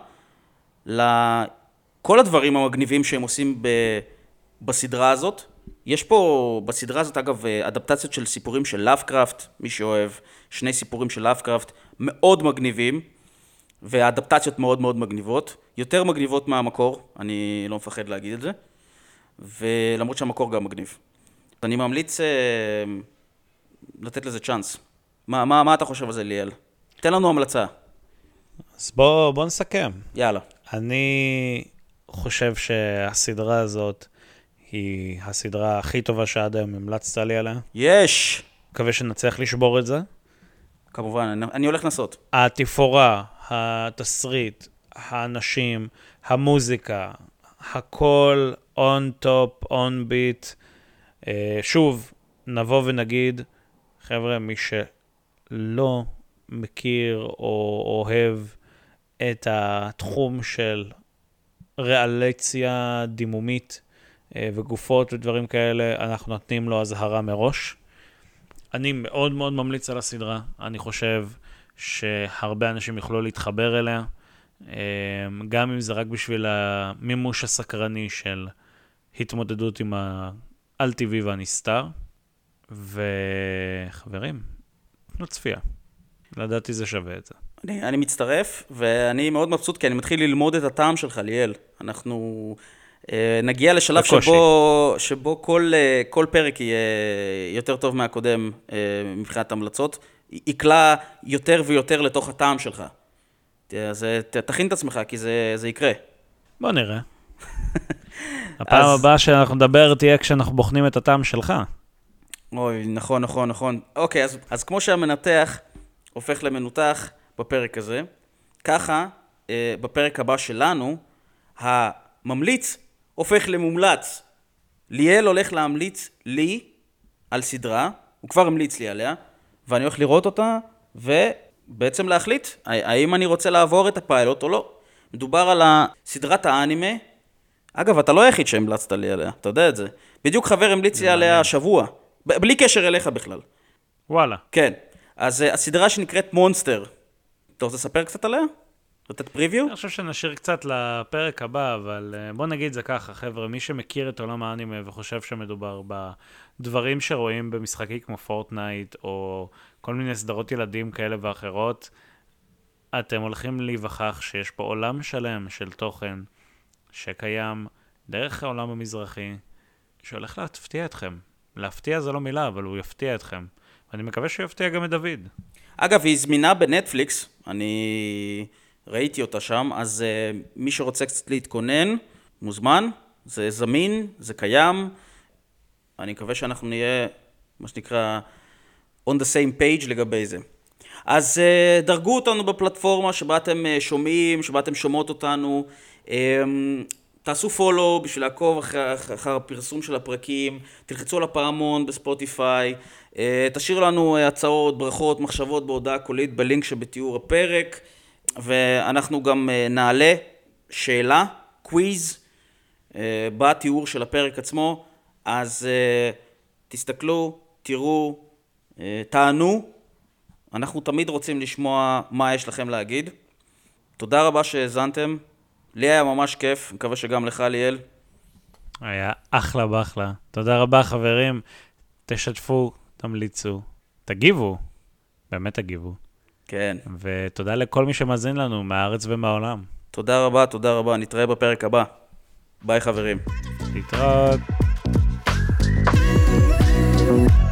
לכל הדברים המגניבים שהם עושים ב, בסדרה הזאת. יש פה בסדרה הזאת, אגב, אדפטציות של סיפורים של לאבקראפט, מי שאוהב, שני סיפורים של לאבקראפט, מאוד מגניבים, והאדפטציות מאוד מאוד מגניבות, יותר מגניבות מהמקור, אני לא מפחד להגיד את זה, ולמרות שהמקור גם מגניב. אני ממליץ אה, לתת לזה צ'אנס. מה, מה, מה אתה חושב על זה, ליאל? תן לנו המלצה. אז בוא, בוא נסכם. יאללה. אני חושב שהסדרה הזאת היא הסדרה הכי טובה שעד היום המלצת לי עליה. יש! מקווה שנצליח לשבור את זה. כמובן, אני, אני הולך לנסות. התפאורה, התסריט, האנשים, המוזיקה, הכל on top, on beat. שוב, נבוא ונגיד, חבר'ה, מי שלא מכיר או אוהב את התחום של ריאלציה דימומית וגופות ודברים כאלה, אנחנו נותנים לו הזהרה מראש. אני מאוד מאוד ממליץ על הסדרה, אני חושב שהרבה אנשים יוכלו להתחבר אליה, גם אם זה רק בשביל המימוש הסקרני של התמודדות עם האל-טבעי והנסתר. וחברים, נצפייה. לדעתי זה שווה את זה. אני, אני מצטרף, ואני מאוד מבסוט, כי אני מתחיל ללמוד את הטעם שלך, ליאל. אנחנו אה, נגיע לשלב שבו, שבו כל, אה, כל פרק יהיה יותר טוב מהקודם אה, מבחינת המלצות, יקלה יותר ויותר לתוך הטעם שלך. אז ת, תכין את עצמך, כי זה, זה יקרה. בוא נראה. הפעם אז... הבאה שאנחנו נדבר תהיה כשאנחנו בוחנים את הטעם שלך. אוי, נכון, נכון, נכון. אוקיי, אז, אז כמו שהמנתח הופך למנותח בפרק הזה, ככה, אה, בפרק הבא שלנו, הממליץ הופך למומלץ. ליאל הולך להמליץ לי על סדרה, הוא כבר המליץ לי עליה, ואני הולך לראות אותה, ובעצם להחליט, האם אני רוצה לעבור את הפיילוט או לא. מדובר על סדרת האנימה, אגב, אתה לא היחיד שהמלצת לי עליה, אתה יודע את זה. בדיוק חבר המליץ לי עליה השבוע, בלי קשר אליך בכלל. וואלה. כן. אז uh, הסדרה שנקראת מונסטר. אתה רוצה לספר קצת עליה? לתת פריוויו? אני חושב שנשאיר קצת לפרק הבא, אבל uh, בוא נגיד זה ככה, חבר'ה, מי שמכיר את עולם האנימה וחושב שמדובר בדברים שרואים במשחקים כמו פורטנייט, או כל מיני סדרות ילדים כאלה ואחרות, אתם הולכים להיווכח שיש פה עולם שלם של תוכן שקיים דרך העולם המזרחי, שהולך להפתיע אתכם. להפתיע זה לא מילה, אבל הוא יפתיע אתכם. ואני מקווה שהוא יפתיע גם את דוד. אגב, היא זמינה בנטפליקס, אני ראיתי אותה שם, אז uh, מי שרוצה קצת להתכונן, מוזמן, זה זמין, זה קיים, אני מקווה שאנחנו נהיה, מה שנקרא, on the same page לגבי זה. אז uh, דרגו אותנו בפלטפורמה שבה אתם uh, שומעים, שבה אתם שומעות אותנו, um, תעשו פולו בשביל לעקוב אחר, אחר הפרסום של הפרקים, תלחצו על הפעמון בספוטיפיי, תשאיר לנו הצעות, ברכות, מחשבות בהודעה קולית בלינק שבתיאור הפרק, ואנחנו גם נעלה שאלה, קוויז, בתיאור של הפרק עצמו, אז תסתכלו, תראו, תענו, אנחנו תמיד רוצים לשמוע מה יש לכם להגיד. תודה רבה שהזנתם. לי היה ממש כיף, מקווה שגם לך, ליאל. היה אחלה באחלה. תודה רבה, חברים. תשתפו, תמליצו, תגיבו. באמת תגיבו. כן. ותודה לכל מי שמאזין לנו, מהארץ ומהעולם. תודה רבה, תודה רבה. נתראה בפרק הבא. ביי חברים. להתראות.